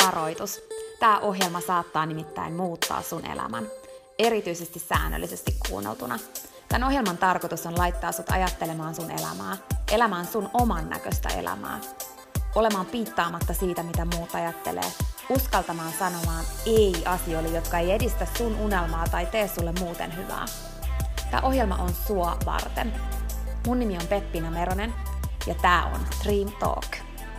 Varoitus. Tämä ohjelma saattaa nimittäin muuttaa sun elämän, erityisesti säännöllisesti kuunneltuna. Tämän ohjelman tarkoitus on laittaa sut ajattelemaan sun elämää, elämään sun oman näköistä elämää, olemaan piittaamatta siitä, mitä muut ajattelee, uskaltamaan sanomaan ei asioille, jotka ei edistä sun unelmaa tai tee sulle muuten hyvää. Tämä ohjelma on sua varten. Mun nimi on Peppina Meronen ja tää on Dream Talk.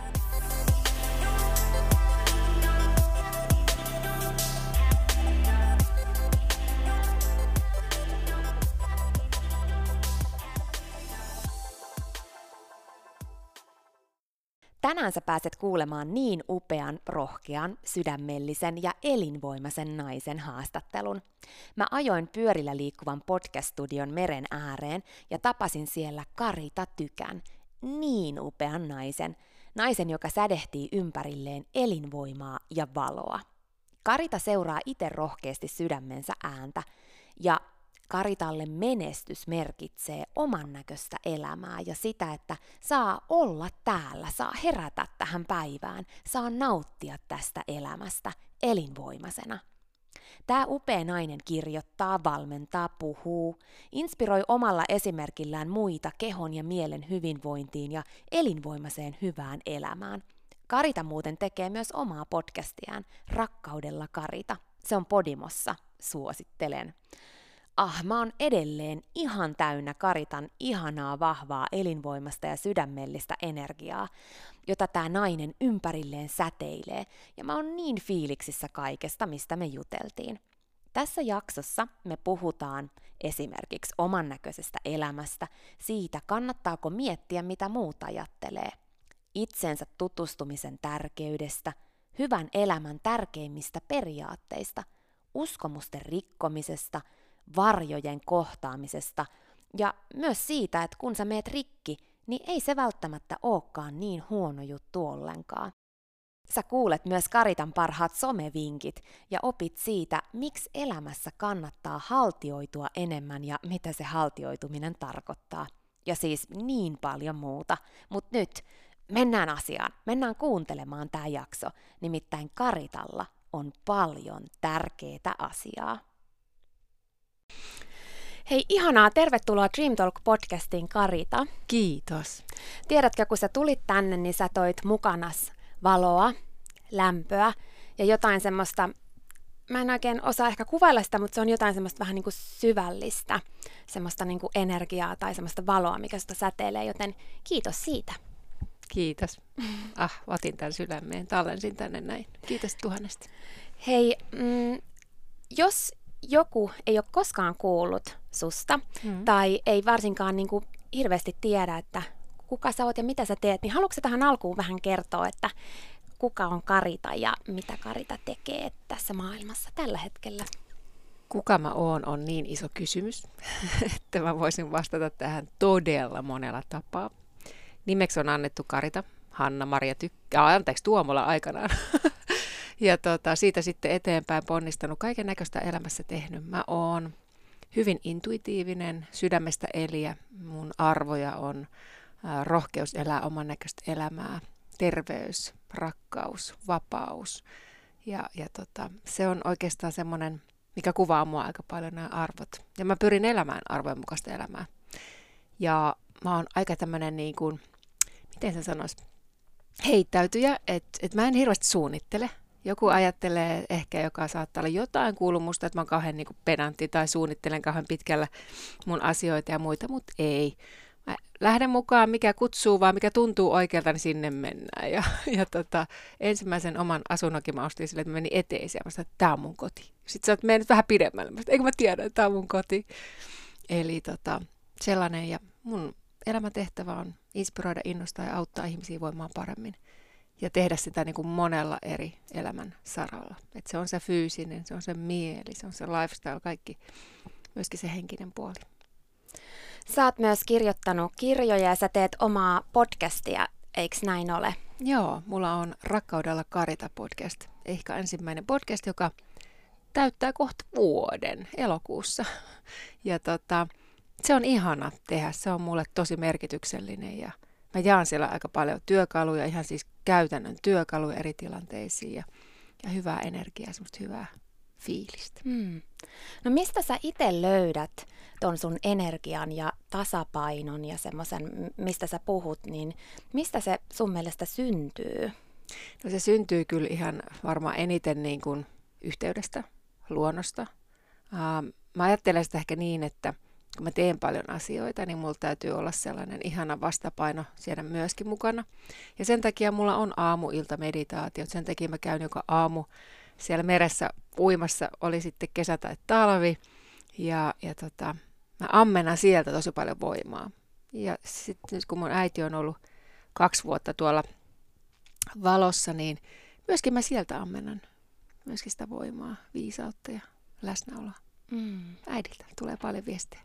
Tänään sä pääset kuulemaan niin upean, rohkean, sydämellisen ja elinvoimaisen naisen haastattelun. Mä ajoin pyörillä liikkuvan podcast-studion meren ääreen ja tapasin siellä Karita Tykän, niin upean naisen, joka sädehtii ympärilleen elinvoimaa ja valoa. Karita seuraa itse rohkeasti sydämensä ääntä ja Karitalle menestys merkitsee oman näköistä elämää ja sitä, että saa olla täällä, saa herätä tähän päivään, saa nauttia tästä elämästä elinvoimaisena. Tämä upea nainen kirjoittaa, valmentaa, puhuu, inspiroi omalla esimerkillään muita kehon ja mielen hyvinvointiin ja elinvoimaiseen hyvään elämään. Karita muuten tekee myös omaa podcastiaan, Rakkaudella Karita. Se on Podimossa, suosittelen. Mä oon edelleen ihan täynnä Karitan ihanaa, vahvaa, elinvoimasta ja sydämellistä energiaa, jota tää nainen ympärilleen säteilee, ja mä oon niin fiiliksissä kaikesta, mistä me juteltiin. Tässä jaksossa me puhutaan esimerkiksi oman näköisestä elämästä, siitä kannattaako miettiä, mitä muut ajattelee, itsensä tutustumisen tärkeydestä, hyvän elämän tärkeimmistä periaatteista, uskomusten rikkomisesta, varjojen kohtaamisesta ja myös siitä, että kun sä meet rikki, niin ei se välttämättä olekaan niin huono juttu ollenkaan. Sä kuulet myös Karitan parhaat somevinkit ja opit siitä, miksi elämässä kannattaa haltioitua enemmän ja mitä se haltioituminen tarkoittaa. Ja siis niin paljon muuta. Mutta nyt mennään asiaan, mennään kuuntelemaan tää jakso, nimittäin Karitalla on paljon tärkeää asiaa. Hei, ihanaa, tervetuloa Dream Talk podcastiin, Karita. Kiitos. Tiedätkö, kun sä tulit tänne, niin sä toit mukanas valoa, lämpöä ja jotain semmoista, mä en oikein osaa ehkä kuvailla sitä, mutta se on jotain semmoista vähän niin kuin syvällistä, semmoista niin kuin energiaa tai semmoista valoa, mikä sitä säteilee, joten kiitos siitä. Kiitos. Otin tämän sydämeen, tallensin tänne näin. Kiitos tuhannesti. Hei, jos joku ei ole koskaan kuullut susta, tai ei varsinkaan niin kuin hirveästi tiedä, että kuka sä oot ja mitä sä teet, niin haluatko sä tähän alkuun vähän kertoa, että kuka on Karita ja mitä Karita tekee tässä maailmassa tällä hetkellä? Kuka mä oon on niin iso kysymys, että mä voisin vastata tähän todella monella tapaa. Nimeksi on annettu Karita, Hanna-Maria Tuomola aikanaan. Ja siitä sitten eteenpäin ponnistanut, kaiken näköistä elämässä tehnyt. Mä oon hyvin intuitiivinen, sydämestä eliä. Mun arvoja on rohkeus elää oman näköistä elämää, terveys, rakkaus, vapaus. Ja se on oikeastaan semmoinen, mikä kuvaa mua aika paljon, nämä arvot. Ja mä pyrin elämään arvojen mukaista elämää. Ja mä oon aika tämmöinen, niin kuin, miten sen sanoisi, heittäytyjä, että mä en hirveästi suunnittele. Joku ajattelee ehkä, joka saattaa olla jotain kuulumusta, että mä oon kauhean niin kuin pedantti tai suunnittelen kauhean pitkällä mun asioita ja muita, mutta ei. Mä lähden mukaan, mikä kutsuu vaan, mikä tuntuu oikealta, niin sinne mennään. Ja ensimmäisen oman asunnokin mä ostin sille, että mä menin eteisiä. Mä sanoin, että tää on mun koti. Sitten sä oot mennyt vähän pidemmälle. Mä sanoin, eikö mä tiedä, että tää on mun koti. Eli sellainen, ja mun elämäntehtävä on inspiroida, innostaa ja auttaa ihmisiä voimaan paremmin. Ja tehdä sitä niin kuin monella eri elämän saralla. Että se on se fyysinen, se on se mieli, se on se lifestyle, kaikki, myöskin se henkinen puoli. Sä oot myös kirjoittanut kirjoja ja sä teet omaa podcastia, eikö näin ole? Joo, mulla on Rakkaudella Karita podcast. Ehkä ensimmäinen podcast, joka täyttää kohta vuoden elokuussa. Ja se on ihana tehdä, se on mulle tosi merkityksellinen ja mä jaan siellä aika paljon työkaluja, ihan siis käytännön työkaluja eri tilanteisiin. Ja ja hyvää energiaa, semmoista hyvää fiilistä. No mistä sä itse löydät ton sun energian ja tasapainon ja semmoisen, mistä sä puhut, niin mistä se sun mielestä syntyy? No se syntyy kyllä ihan varmaan eniten niin kuin yhteydestä, luonnosta. Mä ajattelen sitä ehkä niin, että kun mä teen paljon asioita, niin mulla täytyy olla sellainen ihana vastapaino siellä myöskin mukana. Ja sen takia mulla on aamu-ilta-meditaatiot, sen takia mä käyn joka aamu siellä meressä uimassa, oli sitten kesä tai talvi. Ja mä ammennan sieltä tosi paljon voimaa. Ja sitten kun mun äiti on ollut 2 vuotta tuolla valossa, niin myöskin mä sieltä ammennan myöskin sitä voimaa, viisautta ja läsnäoloa. Äidiltä tulee paljon viestejä.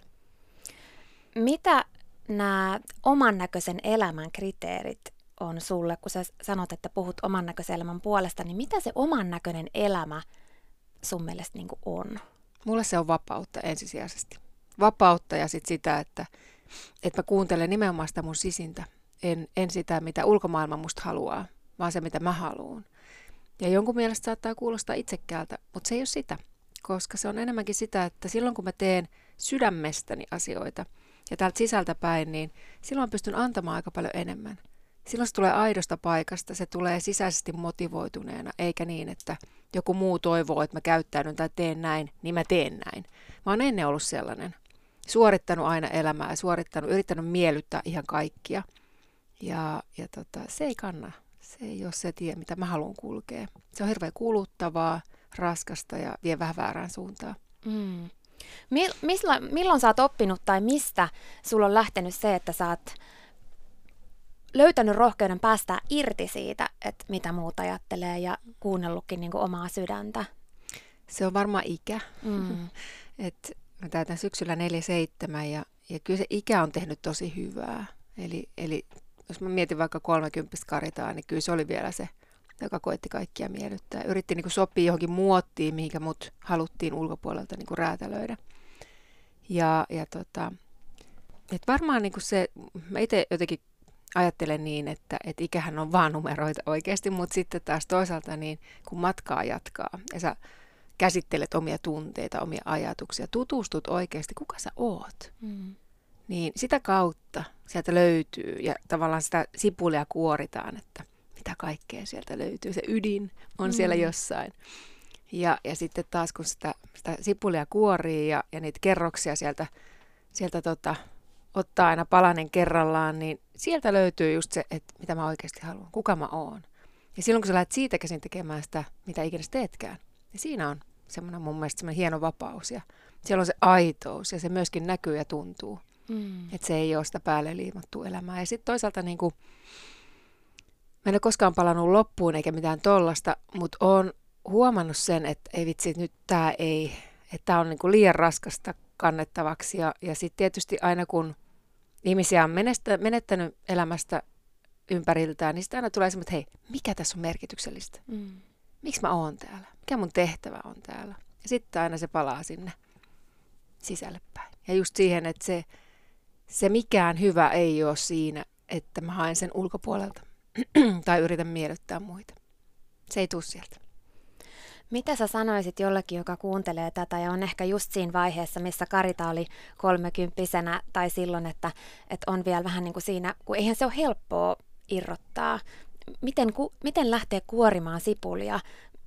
Mitä nämä oman näköisen elämän kriteerit on sulle, kun sä sanot, että puhut oman näköisen elämän puolesta, niin mitä se oman näköinen elämä sun mielestä niin kuin on? Mulle se on vapautta ensisijaisesti. Vapautta ja sitten sitä, että mä kuuntelen nimenomaan sitä mun sisintä. En sitä, mitä ulkomaailma musta haluaa, vaan se, mitä mä haluan. Ja jonkun mielestä saattaa kuulostaa itsekkäältä, mutta se ei ole sitä. Koska se on enemmänkin sitä, että silloin kun mä teen sydämestäni asioita ja täältä sisältä päin, niin silloin pystyn antamaan aika paljon enemmän. Silloin se tulee aidosta paikasta, se tulee sisäisesti motivoituneena, eikä niin, että joku muu toivoo, että mä käyttäydyn tai teen näin, niin mä teen näin. Mä oon ennen ollut sellainen, suorittanut aina elämää, yrittänyt miellyttää ihan kaikkia. Ja se ei kanna, se ei ole se tie, mitä mä haluan kulkea. Se on hirveän kuluttavaa, raskasta ja vie vähän väärään suuntaan. Milloin sä oot oppinut tai mistä sulla on lähtenyt se, että sä oot löytänyt rohkeuden päästää irti siitä, että mitä muut ajattelee ja kuunnellutkin niin kuin omaa sydäntä? Se on varmaan ikä. Et mä täytän syksyllä 47 ja kyllä se ikä on tehnyt tosi hyvää. Eli jos mä mietin vaikka 30 Karitaa, niin kyllä se oli vielä se, joka koetti kaikkia miellyttää. Yritti niin kuin sopia johonkin muottiin, mihinkä mut haluttiin ulkopuolelta niin kuin räätälöidä. Et varmaan niin kuin se, mä itse jotenkin ajattelen niin, että ikähän on vaan numeroita oikeasti, mutta sitten taas toisaalta niin, kun matkaa jatkaa ja sä käsittelet omia tunteita, omia ajatuksia, tutustut oikeasti, kuka sä oot, niin sitä kautta sieltä löytyy ja tavallaan sitä sipulia kuoritaan, että mitä kaikkea sieltä löytyy. Se ydin on siellä jossain. Ja sitten taas kun sitä sipulia kuorii ja niitä kerroksia sieltä ottaa aina palanen kerrallaan, niin sieltä löytyy just se, että mitä mä oikeasti haluan, kuka mä oon. Ja silloin kun sä lähdet siitä käsin tekemään sitä, mitä ikinä teetkään, niin siinä on semmoinen mun mielestä semmoinen hieno vapaus. Ja siellä on se aitous ja se myöskin näkyy ja tuntuu. Että se ei ole sitä päälle liimattua elämää. Ja sitten toisaalta niin kuin, mä en ole koskaan palannut loppuun eikä mitään tollasta, mutta oon huomannut sen, että ei vitsi, nyt tää on niin kuin liian raskasta kannettavaksi. Ja sitten tietysti aina kun ihmisiä on menettänyt elämästä ympäriltään, niin sitten aina tulee semmoinen, että hei, mikä tässä on merkityksellistä? Miksi mä oon täällä? Mikä mun tehtävä on täällä? Ja sitten aina se palaa sinne sisälle päin. Ja just siihen, että se mikään hyvä ei ole siinä, että mä haen sen ulkopuolelta tai yritän miellyttää muita. Se ei tule sieltä. Mitä sä sanoisit jollekin, joka kuuntelee tätä ja on ehkä just siinä vaiheessa, missä Karita oli 30-vuotiaana tai silloin, että on vielä vähän niin kuin siinä, kun eihän se ole helppoa irrottaa. Miten lähtee kuorimaan sipulia?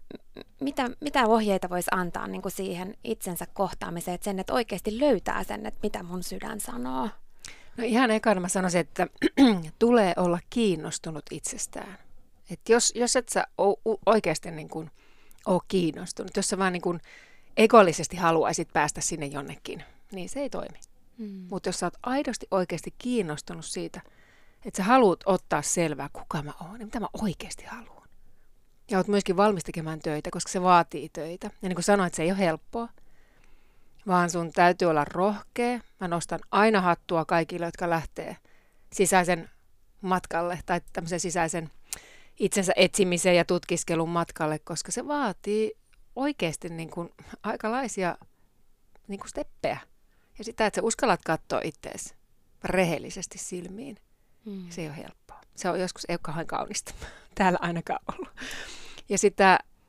Mitä ohjeita voisi antaa niin kuin siihen itsensä kohtaamiseen, että oikeasti löytää sen, että mitä mun sydän sanoo? No ihan ekana mä sanoisin, että tulee olla kiinnostunut itsestään. Että jos et sä oikeasti niin kuin ole kiinnostunut, jos sä vaan niin kuin egollisesti haluaisit päästä sinne jonnekin, niin se ei toimi. Mutta jos sä oot aidosti oikeasti kiinnostunut siitä, että sä haluat ottaa selvää, kuka mä oon ja mitä mä oikeasti haluan. Ja oot myöskin valmis tekemään töitä, koska se vaatii töitä. Ja niin kuin sanoin, se ei ole helppoa, vaan sun täytyy olla rohkea. Mä nostan aina hattua kaikille, jotka lähtee sisäisen matkalle tai tämmöisen sisäisen itsensä etsimisen ja tutkiskelun matkalle, koska se vaatii oikeasti niin kuin aikalaisia niin kuin steppejä. Ja sitä, että sä uskallat katsoa itseäsi rehellisesti silmiin. Se ei ole helppoa. Se on joskus ei ole kauhean kaunista. Täällä ainakaan ollut. Ja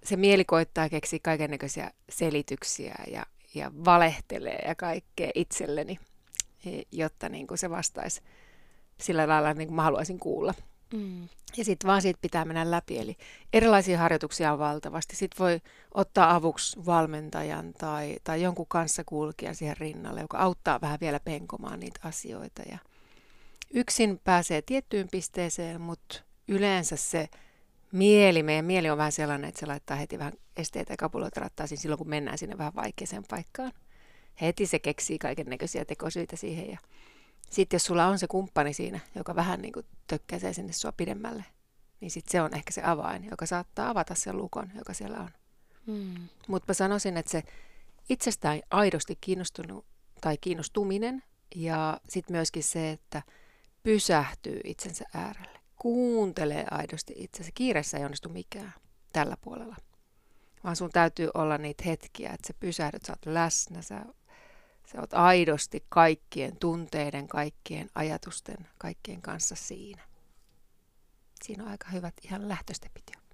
se mieli koittaa keksiä kaikennäköisiä selityksiä ja valehtelee ja kaikkea itselleni, jotta niin kuin se vastaisi sillä lailla, niin kuin mä haluaisin kuulla. Ja sitten vaan siitä pitää mennä läpi. Eli erilaisia harjoituksia on valtavasti. Sitten voi ottaa avuksi valmentajan tai jonkun kanssakulkijan siihen rinnalle, joka auttaa vähän vielä penkomaan niitä asioita. Ja yksin pääsee tiettyyn pisteeseen, mutta yleensä se meidän mieli on vähän sellainen, että se laittaa heti vähän esteitä ja kapuloita rattaisiin silloin, kun mennään sinne vähän vaikeaseen paikkaan. Heti se keksii kaikennäköisiä tekosyitä siihen. Ja sitten jos sulla on se kumppani siinä, joka vähän niin kuin tökkäisee sinne sua pidemmälle, niin sitten se on ehkä se avain, joka saattaa avata sen lukon, joka siellä on. Mutta mä sanoisin, että se itsestään aidosti kiinnostunut tai kiinnostuminen ja sitten myöskin se, että pysähtyy itsensä äärelle. Kuuntelee aidosti itsensä. Kiireessä ei onnistu mikään tällä puolella, vaan sun täytyy olla niitä hetkiä, että sä pysähdyt, sä oot läsnä, sä oot aidosti kaikkien tunteiden, kaikkien ajatusten, kaikkien kanssa siinä. Siinä on aika hyvät ihan lähtöstepit jo.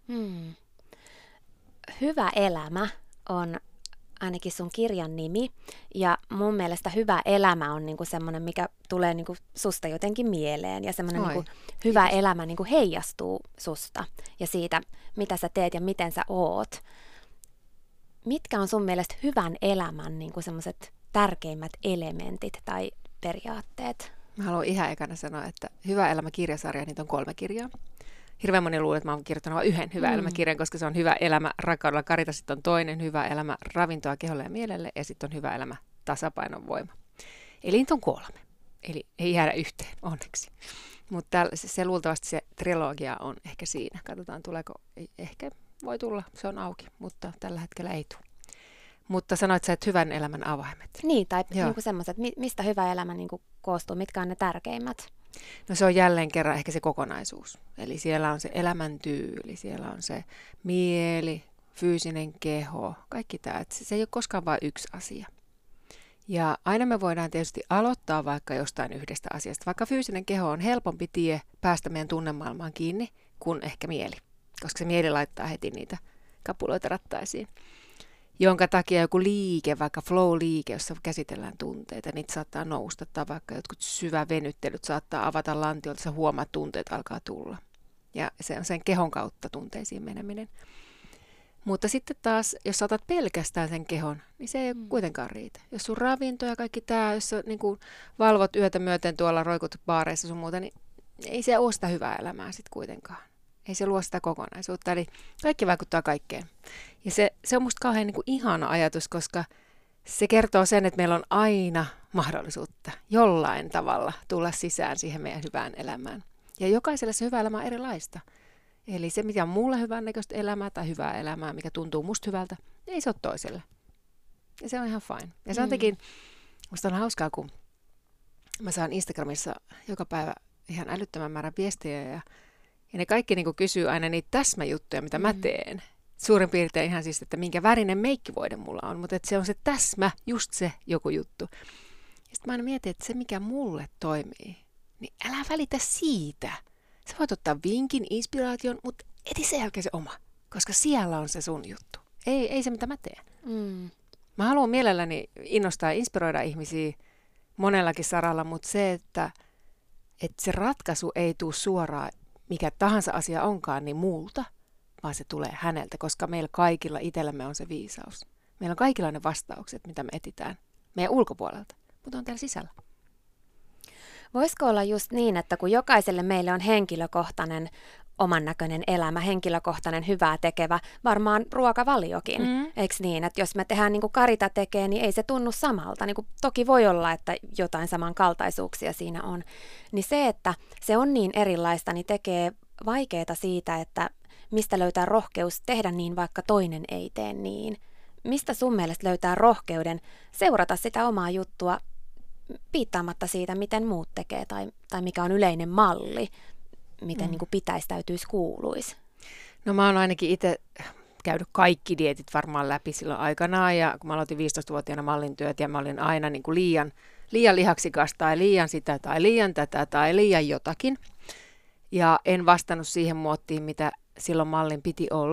Hyvä elämä on ainakin sun kirjan nimi, ja mun mielestä hyvä elämä on niinku semmoinen, mikä tulee niinku susta jotenkin mieleen, ja semmoinen niinku hyvä elämä niinku heijastuu susta ja siitä, mitä sä teet ja miten sä oot. Mitkä on sun mielestä hyvän elämän niinku semmoiset tärkeimmät elementit tai periaatteet? Mä haluan ihan ekana sanoa, että Hyvä elämä -kirjasarja, niitä on 3 kirjaa. Hirveän moni luulee, että mä oon kirjoittanut vain yhden Hyvä elämä-kirjan, koska se on Hyvä elämä rakkaudella Karita, sitten on toinen Hyvä elämä ravintoa keholle ja mielelle, ja sitten on Hyvä elämä tasapainon voima. Eli niitä on 3. Eli ei jäädä yhteen, onneksi. Mutta se luultavasti se trilogia on ehkä siinä. Katsotaan, tuleeko, ehkä voi tulla, se on auki, mutta tällä hetkellä ei tule. Mutta sanoit sä, että hyvän elämän avaimet. Niin, tai niinku semmoiset, mistä hyvä elämä niinku koostuu, mitkä on ne tärkeimmät? No se on jälleen kerran ehkä se kokonaisuus. Eli siellä on se elämäntyyli, siellä on se mieli, fyysinen keho, kaikki tämä. Se ei ole koskaan vain yksi asia. Ja aina me voidaan tietysti aloittaa vaikka jostain yhdestä asiasta. Vaikka fyysinen keho on helpompi tie päästä meidän tunnemaailmaan kiinni kuin ehkä mieli. Koska se mieli laittaa heti niitä kapuloita rattaisiin. Jonka takia joku liike, vaikka flow-liike, jossa käsitellään tunteita, niitä saattaa nousta, tai vaikka jotkut syvävenyttelyt saattaa avata lantiolta, sä huomaat, tunteet alkaa tulla. Ja se on sen kehon kautta tunteisiin meneminen. Mutta sitten taas, jos sä otat pelkästään sen kehon, niin se ei kuitenkaan riitä. Jos sun ravinto ja kaikki tämä, jos sä niin kuin valvot yötä myöten tuolla roikut baareissa sun muuta, niin ei se ole sitä hyvää elämää sitten kuitenkaan. Ei se luo sitä kokonaisuutta, eli kaikki vaikuttaa kaikkeen. Ja se on musta kauhean niin kuin ihana ajatus, koska se kertoo sen, että meillä on aina mahdollisuutta jollain tavalla tulla sisään siihen meidän hyvään elämään. Ja jokaiselle se hyvä elämä on erilaista. Eli se, mikä on mulle hyvän näköistä elämää tai hyvää elämää, mikä tuntuu musta hyvältä, ei se ole toiselle. Ja se on ihan fine. Ja se on tekin, musta on hauskaa, kun mä saan Instagramissa joka päivä ihan älyttömän määrän viestejä ja ne kaikki niin kuin kysyy aina niitä täsmäjuttuja, mitä mä teen. Suurin piirtein ihan siis, että minkä värinen meikkivoide mulla on, mutta että se on se täsmä, just se joku juttu. Sitten mä aina mietin, että se mikä mulle toimii, niin älä välitä siitä. Sä voit ottaa vinkin, inspiraation, mutta eti sen jälkeen se oma, koska siellä on se sun juttu. Ei se, mitä mä teen. Mä haluan mielelläni innostaa ja inspiroida ihmisiä monellakin saralla, mutta se, että se ratkaisu ei tule suoraan, mikä tahansa asia onkaan, niin muulta, vaan se tulee häneltä, koska meillä kaikilla itsellämme on se viisaus. Meillä on kaikilla ne vastaukset, mitä me etitään meidän ulkopuolelta, mutta on täällä sisällä. Voisiko olla just niin, että kun jokaiselle meille on henkilökohtainen oman näköinen elämä, henkilökohtainen hyvää tekevä, varmaan ruokavaliokin, eikö niin? Että jos me tehdään niin kuin Karita tekee, niin ei se tunnu samalta. Niin kuin toki voi olla, että jotain samankaltaisuuksia siinä on. Niin se, että se on niin erilaista, niin tekee vaikeaa siitä, että mistä löytää rohkeus tehdä niin, vaikka toinen ei tee niin. Mistä sun mielestä löytää rohkeuden seurata sitä omaa juttua piittaamatta siitä, miten muut tekee tai mikä on yleinen malli, miten niin kuin pitäisi, täytyisi, kuuluisi? No mä oon ainakin itse käynyt kaikki dieetit varmaan läpi silloin aikanaan, ja kun mä aloitin 15-vuotiaana mallin työt, ja mä olin aina niin kuin liian lihaksikas tai liian sitä tai liian tätä tai liian jotakin. Ja en vastannut siihen muottiin, mitä silloin mallin piti olla.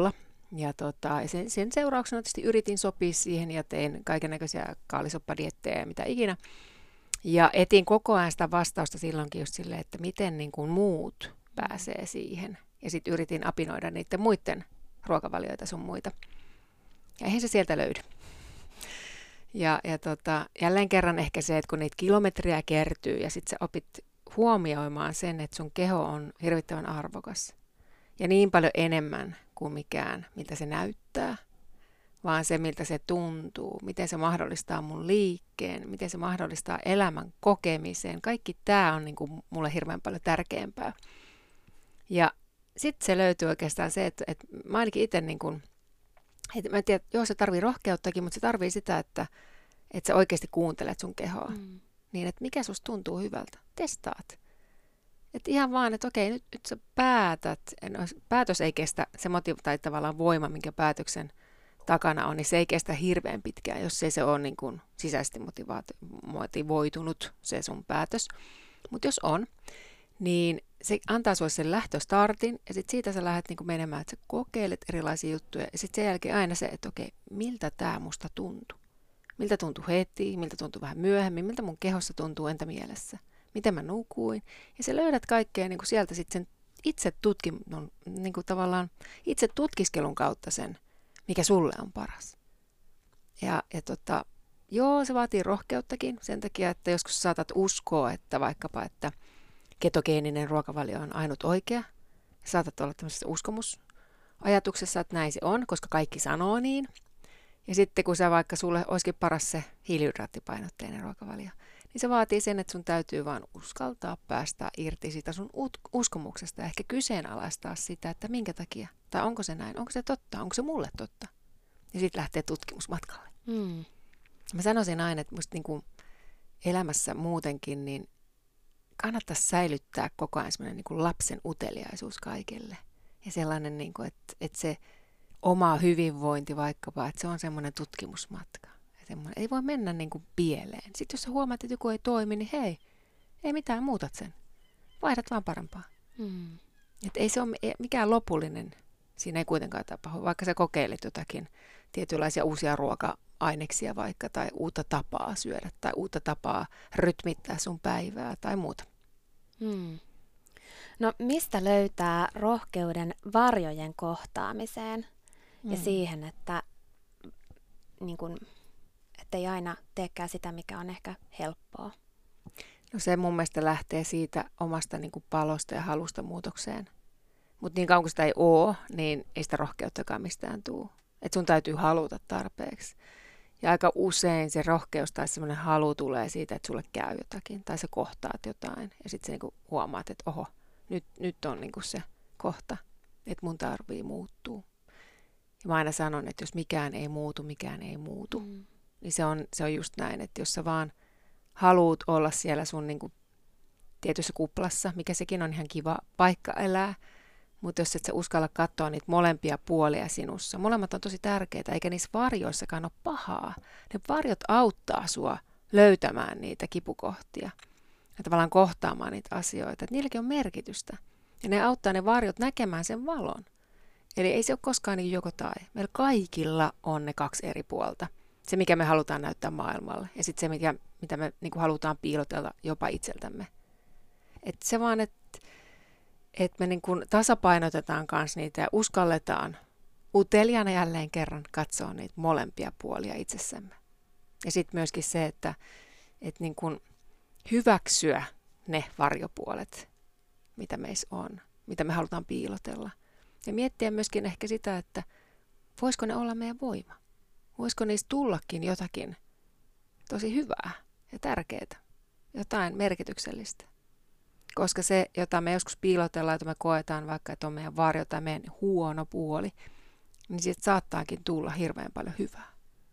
Ja sen seurauksena tietysti yritin sopia siihen ja tein kaikennäköisiä kaalisoppadiettejä ja mitä ikinä. Ja etin koko ajan sitä vastausta silloinkin just silleen, että miten niin kuin muut pääsee siihen. Ja sitten yritin apinoida niiden muiden ruokavalioita sun muita. Ja eihän se sieltä löydy. Ja jälleen kerran ehkä se, että kun niitä kilometriä kertyy ja sitten sä opit huomioimaan sen, että sun keho on hirvittävän arvokas. Ja niin paljon enemmän kuin mikään, miltä se näyttää, vaan se, miltä se tuntuu, miten se mahdollistaa mun liikkeen, miten se mahdollistaa elämän kokemisen. Kaikki tämä on niin kuin mulle hirveän paljon tärkeämpää. Ja sitten se löytyy oikeastaan se, että mä ainakin itse, niin kuin, että mä en tiedä, joo se tarvii rohkeuttakin, mutta se tarvii sitä, että sä oikeasti kuuntelet sun kehoa. Niin, että mikä susta tuntuu hyvältä. Testaat. Että ihan vaan, että okei, nyt sä päätät. Päätös ei kestä, se tai tavallaan voima, minkä päätöksen takana on, niin se ei kestä hirveän pitkään, jos ei se ole niin kuin sisäisesti motivoitunut se sun päätös. Mutta jos on, niin se antaa sulle sen lähtöstartin ja sitten siitä sä lähdet niin kuin menemään, että sä kokeilet erilaisia juttuja ja sitten sen jälkeen aina se, että okei, miltä tämä musta tuntuu. Miltä tuntuu heti, miltä tuntuu vähän myöhemmin, miltä mun kehossa tuntuu, entä mielessä. Miten mä nukuin. Ja sä löydät kaikkea niin kuin sieltä sitten sen niin kuin tavallaan itse tutkiskelun kautta sen, mikä sulle on paras. Joo, se vaatii rohkeuttakin sen takia, että joskus saatat uskoa, että vaikkapa, että ketogeeninen ruokavalio on ainut oikea. Saatat olla tämmöisessä uskomusajatuksessa, että näin se on, koska kaikki sanoo niin. Ja sitten kun sulle olisikin paras se hiilihydraattipainotteinen ruokavalio, niin se vaatii sen, että sun täytyy vaan uskaltaa päästä irti siitä sun uskomuksesta ja ehkä kyseenalaistaa sitä, että minkä takia, tai onko se näin, onko se totta, onko se mulle totta. Ja sitten lähtee tutkimusmatkalle. Mä sanoisin aina, että musta niin kuin elämässä muutenkin, niin kannattaisi säilyttää koko ajan semmoinen niin kuin lapsen uteliaisuus kaikille. Ja sellainen, niin kuin, että se oma hyvinvointi vaikkapa, että se on semmoinen tutkimusmatka. Ei voi mennä niin kuin pieleen. Sitten jos sä huomaat, että joku ei toimi, niin hei, ei mitään, muutat sen. Vaihdat vaan parempaa. Että ei se ole mikään lopullinen, siinä ei kuitenkaan tapahdu. Vaikka sä kokeilet jotakin tietynlaisia uusia ruoka-aineksia vaikka, tai uutta tapaa syödä, tai uutta tapaa rytmittää sun päivää, tai muuta. No mistä löytää rohkeuden varjojen kohtaamiseen ja siihen, että niin kun, ettei aina teekään sitä, mikä on ehkä helppoa? No se mun mielestä lähtee siitä omasta niin kuin palosta ja halusta muutokseen. Mutta niin kauan kuin sitä ei ole, niin ei sitä rohkeuttakaan mistään tule. Että sun täytyy haluta tarpeeksi. Ja aika usein se rohkeus tai semmoinen halu tulee siitä, että sulle käy jotakin tai sä kohtaat jotain. Ja sitten sä niinku huomaat, että oho, nyt on niinku se kohta, että mun tarvii muuttuu. Ja mä aina sanon, että jos mikään ei muutu, mikään ei muutu. Niin se on just näin, että jos sä vaan haluut olla siellä sun niinku tietyssä kuplassa, mikä sekin on ihan kiva paikka elää, mutta jos et sä uskalla katsoa niitä molempia puolia sinussa, molemmat on tosi tärkeitä, eikä niissä varjoissakaan ole pahaa. Ne varjot auttaa sua löytämään niitä kipukohtia ja tavallaan kohtaamaan niitä asioita, että niilläkin on merkitystä. Ja ne auttaa ne varjot näkemään sen valon. Eli ei se ole koskaan niin joko tai. Meillä kaikilla on ne kaksi eri puolta. Se, mikä me halutaan näyttää maailmalle, ja sitten se, mitä me niin kuin halutaan piilotella jopa itseltämme. Että se vaan, että me niin kuin tasapainotetaan kanssa niitä ja uskalletaan uteliaana jälleen kerran katsoa niitä molempia puolia itsessämme. Ja sitten myöskin se, että niin kuin hyväksyä ne varjopuolet, mitä meissä on, mitä me halutaan piilotella. Ja miettiä myöskin ehkä sitä, että voisiko ne olla meidän voima. Voisiko niistä tullakin jotakin tosi hyvää ja tärkeää, jotain merkityksellistä. Koska se, jota me joskus piilotellaan, jota me koetaan vaikka, että on meidän varjo tai meidän huono puoli, niin siitä saattaakin tulla hirveän paljon hyvää.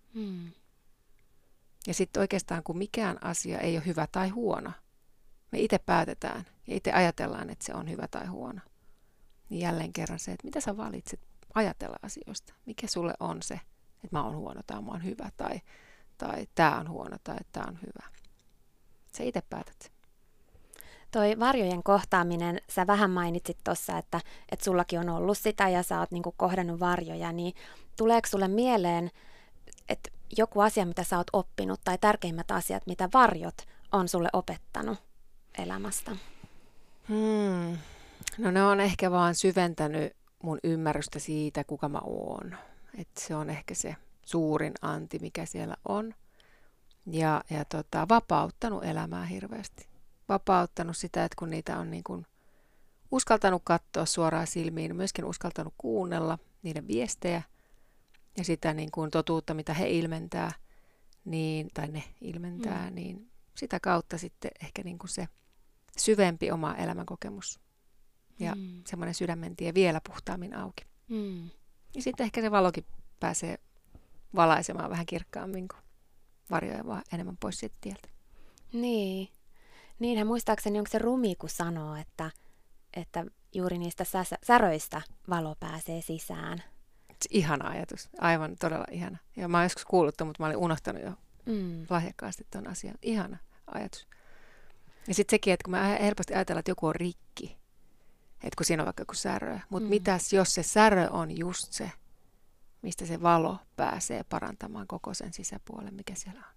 Ja sitten oikeastaan, kun mikään asia ei ole hyvä tai huono, me itse päätetään ja itse ajatellaan, että se on hyvä tai huono. Niin jälleen kerran se, että mitä sä valitset ajatella asioista. Mikä sulle on se, että mä oon huono tai mä oon hyvä tai tää on huono tai tää on hyvä. Sä itse päätät. Toi varjojen kohtaaminen, sä vähän mainitsit tuossa, että sullakin on ollut sitä ja sä oot niinku kohdannut varjoja, niin tuleeko sulle mieleen, että joku asia, mitä sä oot oppinut tai tärkeimmät asiat, mitä varjot on sulle opettanut elämästä? No ne on ehkä vaan syventänyt mun ymmärrystä siitä, kuka mä oon. Että se on ehkä se suurin anti, mikä siellä on. Ja vapauttanut elämää hirveästi. Vapauttanut sitä, että kun niitä on niin kuin uskaltanut katsoa suoraan silmiin, myöskin uskaltanut kuunnella niiden viestejä ja sitä niin kuin totuutta, mitä he ilmentää, tai ne ilmentää, niin sitä kautta sitten ehkä niin kuin se syvempi oma elämänkokemus ja semmoinen sydämen tie vielä puhtaammin auki. Ja sitten ehkä se valokin pääsee valaisemaan vähän kirkkaammin, kun varjoja vaan enemmän pois siitä tieltä. Niin. Niinhän muistaakseni onko se Rumi, kun sanoo, että juuri niistä säröistä valo pääsee sisään. Ihana ajatus. Aivan todella ihana. Ja mä oon joskus kuullut, mutta mä olin unohtanut jo lahjakkaasti ton asian. Ihana ajatus. Ja sitten sekin, että kun mä helposti ajatellaan, että joku on rikki, että kun siinä on vaikka joku särö. Mutta mitäs jos se särö on just se, mistä se valo pääsee parantamaan koko sen sisäpuolen, mikä siellä on.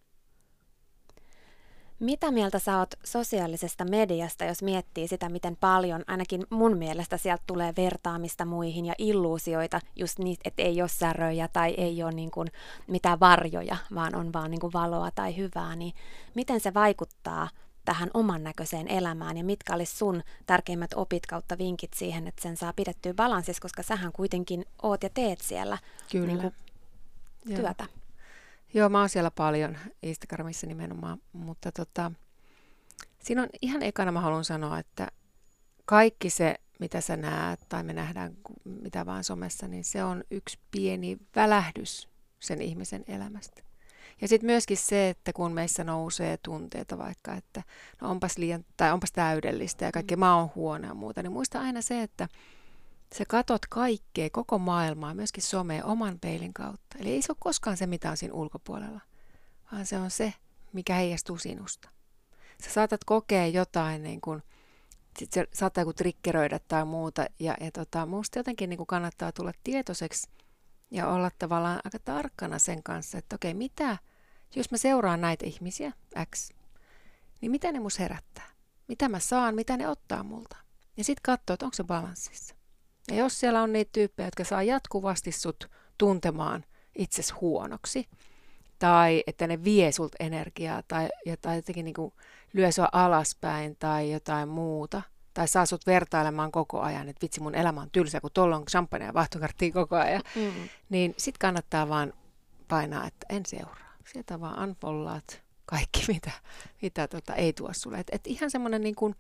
Mitä mieltä sä oot sosiaalisesta mediasta, jos miettii sitä, miten paljon, ainakin mun mielestä sieltä tulee vertaamista muihin ja illuusioita, just niin, että ei ole säröjä tai ei ole niin kuin mitään varjoja, vaan on vaan niin kuin valoa tai hyvää, niin miten se vaikuttaa tähän oman näköiseen elämään ja mitkä olisi sun tärkeimmät opit kautta vinkit siihen, että sen saa pidettyä balanssissa, koska sähän kuitenkin oot ja teet siellä niin kuin työtä. Joo, mä oon siellä paljon Instagramissa nimenomaan, mutta siinä on ihan ekana mä haluan sanoa, että kaikki se, mitä sä näet tai me nähdään mitä vaan somessa, niin se on yksi pieni välähdys sen ihmisen elämästä. Ja sitten myöskin se, että kun meissä nousee tunteita vaikka, että no onpas liian tai onpas täydellistä ja kaikki mä oon huono ja muuta, niin muista aina se, että sä katot kaikkea, koko maailmaa, myöskin somea oman peilin kautta. Eli ei se ole koskaan se, mitä on siinä ulkopuolella, vaan se on se, mikä heijastuu sinusta. Sä saatat kokea jotain, niin kun, sit se saattaa joku triggeröidä tai muuta, ja musta jotenkin niin kun kannattaa tulla tietoiseksi ja olla tavallaan aika tarkkana sen kanssa, että okei, mitä, jos mä seuraan näitä ihmisiä, X, niin mitä ne mus herättää? Mitä mä saan, mitä ne ottaa multa? Ja sitten katsoa, että onko se balanssissa. Ja jos siellä on niitä tyyppejä, jotka saa jatkuvasti sut tuntemaan itsesi huonoksi, tai että ne vie sulta energiaa, tai jotenkin niin kuin lyö sua alaspäin, tai jotain muuta, tai saa sut vertailemaan koko ajan, että vitsi mun elämä on tylsä, kun tuolla on champagne ja vaahtokarttia koko ajan, niin sit kannattaa vaan painaa, että en seuraa. Sieltä vaan unfollaat kaikki, mitä ei tuo sulle. Et ihan semmoinen niin kuin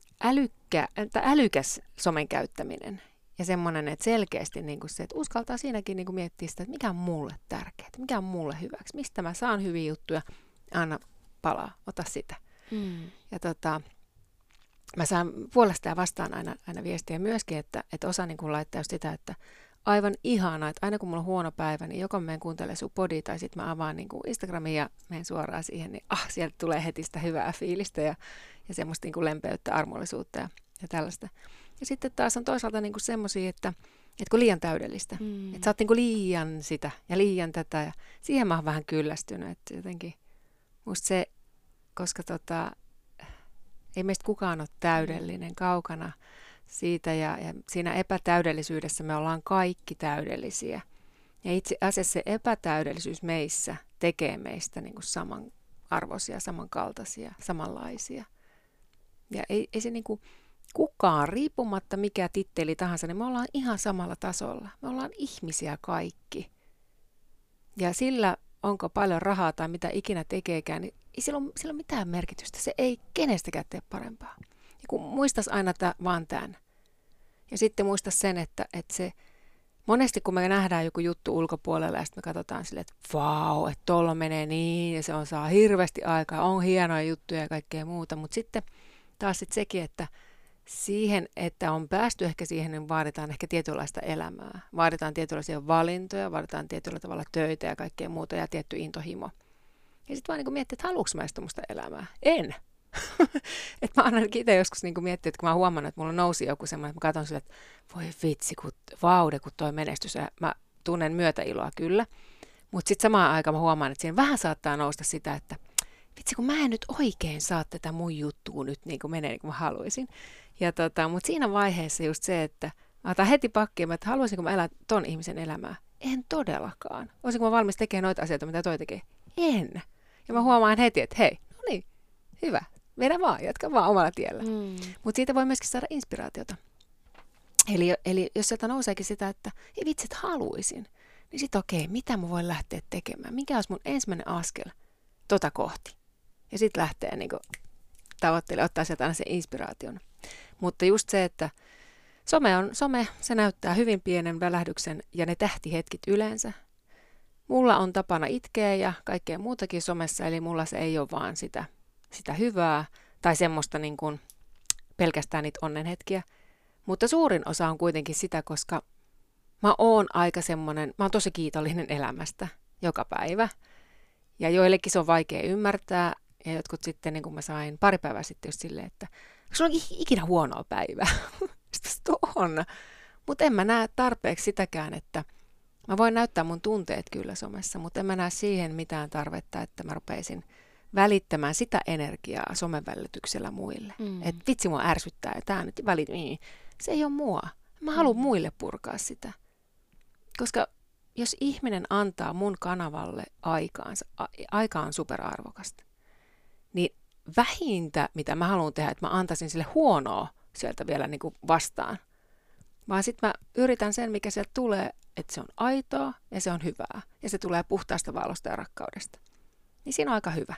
älykäs somen käyttäminen. Ja semmoinen, että selkeästi niin kuin se, että uskaltaa siinäkin niin kuin miettiä sitä, että mikä on mulle tärkeää, mikä on mulle hyväksi, mistä mä saan hyviä juttuja, anna palaa, ota sitä. Ja mä saan puolesta ja vastaan aina viestiä myöskin, että osa niin kuin laittaa just sitä, että aivan ihanaa, että aina kun mulla on huono päivä, niin joko menen kuuntelemaan sun podia tai sitten mä avaan niin kuin Instagramin ja menen suoraan siihen, niin sieltä tulee heti sitä hyvää fiilistä ja semmoista niin kuin lempeyttä, armollisuutta ja tällaista. Ja sitten taas on toisaalta niin kuin semmoisia, että kun liian täydellistä. Että sä oot niin kuin liian sitä ja liian tätä. Ja siihen mä oon vähän kyllästynyt. Että jotenkin musta se, koska ei meistä kukaan ole täydellinen kaukana siitä. Ja siinä epätäydellisyydessä me ollaan kaikki täydellisiä. Ja itse asiassa se epätäydellisyys meissä tekee meistä niin kuin samanarvoisia, samankaltaisia, samanlaisia. Ja ei se niin kuin kukaan, riippumatta mikä titteli tahansa, niin me ollaan ihan samalla tasolla. Me ollaan ihmisiä kaikki. Ja sillä, onko paljon rahaa tai mitä ikinä tekeekään, niin ei sillä ole mitään merkitystä. Se ei kenestäkään tee parempaa. Ja kun muistas aina vaan tämän. Ja sitten muistas sen, että se monesti kun me nähdään joku juttu ulkopuolella ja sitten me katsotaan silleen, että vau, että tuolla menee niin ja se saa hirveästi aikaa, on hienoja juttuja ja kaikkea muuta. Mutta sitten taas sekin, että siihen, että on päästy ehkä siihen, niin vaaditaan ehkä tietynlaista elämää. Vaaditaan tietynlaisia valintoja, vaaditaan tietyllä tavalla töitä ja kaikkea muuta ja tietty intohimo. Ja sitten vaan niin miettii, että haluanko mä sitä elämää? En. Että mä oon ainakin itse joskus niin miettinyt, että kun mä oon huomannut, että mulla nousi joku semmoinen, että mä katson sille, että voi vitsi, kun toi menestys. Ja mä tunnen myötäiloa kyllä. Mutta sitten samaan aikaan mä huomaan, että siinä vähän saattaa nousta sitä, että vitsi, kun mä en nyt oikein saa tätä mun juttua nyt niin kuin menee niin kuin mä haluaisin. Mutta siinä vaiheessa just se, että mä otan heti pakkiin, että haluaisinko mä elää ton ihmisen elämää. En todellakaan. Olisinko mä valmis tekemään noita asioita, mitä toi tekee? En. Ja mä huomaan heti, että hei, no niin, hyvä. Vedä vaan, jatka vaan omalla tiellä. Mutta siitä voi myöskin saada inspiraatiota. Eli jos sieltä nouseekin sitä, että ei vitsit haluaisin, niin sitten okei, mitä mä voin lähteä tekemään? Mikä olisi mun ensimmäinen askel kohti? Ja sitten lähtee niin tavoittelemaan, ottaa sieltä aina sen inspiraation. Mutta just se, että some, se näyttää hyvin pienen välähdyksen ja ne tähtihetkit yleensä. Mulla on tapana itkeä ja kaikkea muutakin somessa, eli mulla se ei ole vaan sitä hyvää tai semmoista niin kuin pelkästään niitä onnenhetkiä. Mutta suurin osa on kuitenkin sitä, koska mä oon tosi kiitollinen elämästä joka päivä. Ja joillekin se on vaikea ymmärtää. Ja jotkut sitten, niin kuin mä sain pari päivää sitten just silleen, että sulla on ikinä huonoa päivää. Sitten on. Mutta en mä näe tarpeeksi sitäkään, että mä voin näyttää mun tunteet kyllä somessa, mutta en mä näe siihen mitään tarvetta, että mä rupeisin välittämään sitä energiaa somen välityksellä muille. Että vitsi mua ärsyttää ja tää nyt se ei ole mua. Mä haluan muille purkaa sitä. Koska jos ihminen antaa mun kanavalle aika on superarvokasta, niin vähintä, mitä mä haluan tehdä, että mä antaisin sille huonoa sieltä vielä niin kuin vastaan. Vaan sitten mä yritän sen, mikä sieltä tulee, että se on aitoa ja se on hyvää. Ja se tulee puhtaasta valosta ja rakkaudesta. Niin siinä on aika hyvä.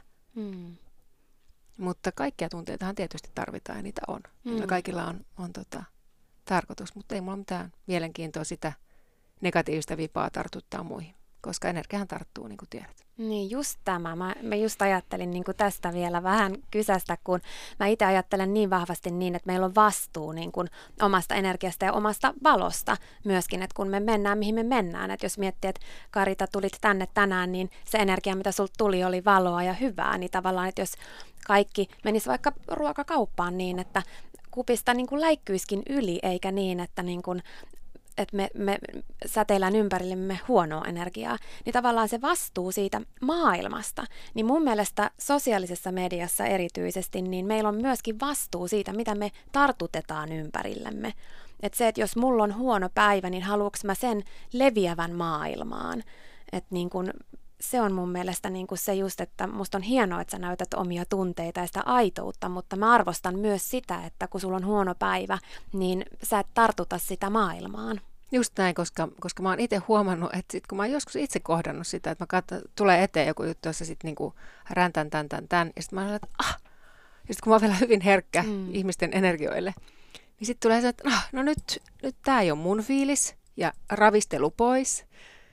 Mutta kaikkia tunteitahan tietysti tarvitaan ja niitä on. Ja kaikilla on tarkoitus, mutta ei mulla mitään mielenkiintoa sitä negatiivista vipaa tartuttaa muihin. Koska energiahan tarttuu, niin kuin tiedät. Niin, just tämä. Mä just ajattelin niin kuin tästä vielä vähän kysästä, kun mä itse ajattelen niin vahvasti niin, että meillä on vastuu niin kuin omasta energiasta ja omasta valosta myöskin, että kun me mennään, mihin me mennään. Että jos miettii, että Karita tulit tänne tänään, niin se energia, mitä sulta tuli, oli valoa ja hyvää. Niin tavallaan, että jos kaikki menisi vaikka ruokakauppaan niin, että kupista niin kuin läikkyiskin yli, eikä niin, että niin kuin että me säteillään ympärillemme huonoa energiaa, niin tavallaan se vastuu siitä maailmasta, niin mun mielestä sosiaalisessa mediassa erityisesti, niin meillä on myöskin vastuu siitä, mitä me tartutetaan ympärillemme. Että se, että jos mulla on huono päivä, niin haluanko mä sen leviävän maailmaan. Että niin kun, se on mun mielestä niin kun se just, että musta on hienoa, että sä näytät omia tunteita ja sitä aitoutta, mutta mä arvostan myös sitä, että kun sulla on huono päivä, niin sä et tartuta sitä maailmaan. Just näin, koska mä oon itse huomannut, että sit, kun mä oon joskus itse kohdannut sitä, että tulee eteen joku juttu, jossa sitten niinku räntän tän, ja sitten mä oon, että ja sitten kun mä oon vielä hyvin herkkä ihmisten energioille, niin sitten tulee se, että no nyt tää ei ole mun fiilis, ja ravistelu pois.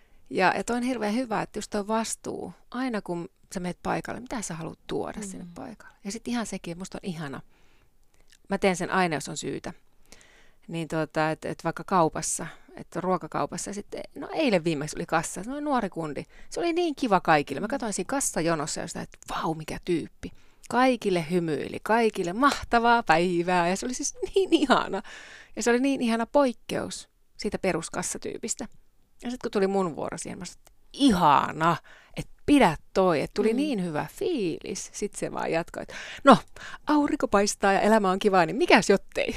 Ja toi on hirveän hyvä, että just toi vastuu, aina kun sä menet paikalle, mitä sä haluat tuoda sinne paikalle. Ja sitten ihan sekin, musta on ihana. Mä teen sen aina, jos on syytä. Niin että vaikka kaupassa, että ruokakaupassa, sitten, no eilen viimeksi oli kassa, se oli nuori kundi. Se oli niin kiva kaikille. Mä katsoin siinä kassajonossa ja sitä, että vau, mikä tyyppi. Kaikille hymyili, kaikille mahtavaa päivää ja se oli siis niin ihana. Ja se oli niin ihana poikkeus siitä peruskassatyypistä. Ja sitten kun tuli mun vuoro siihen, mä sanoin, että ihana, että pidä toi, että tuli niin hyvä fiilis. Sitten se vaan jatkoi, että no, aurinko paistaa ja elämä on kivaa, niin mikäs jottei.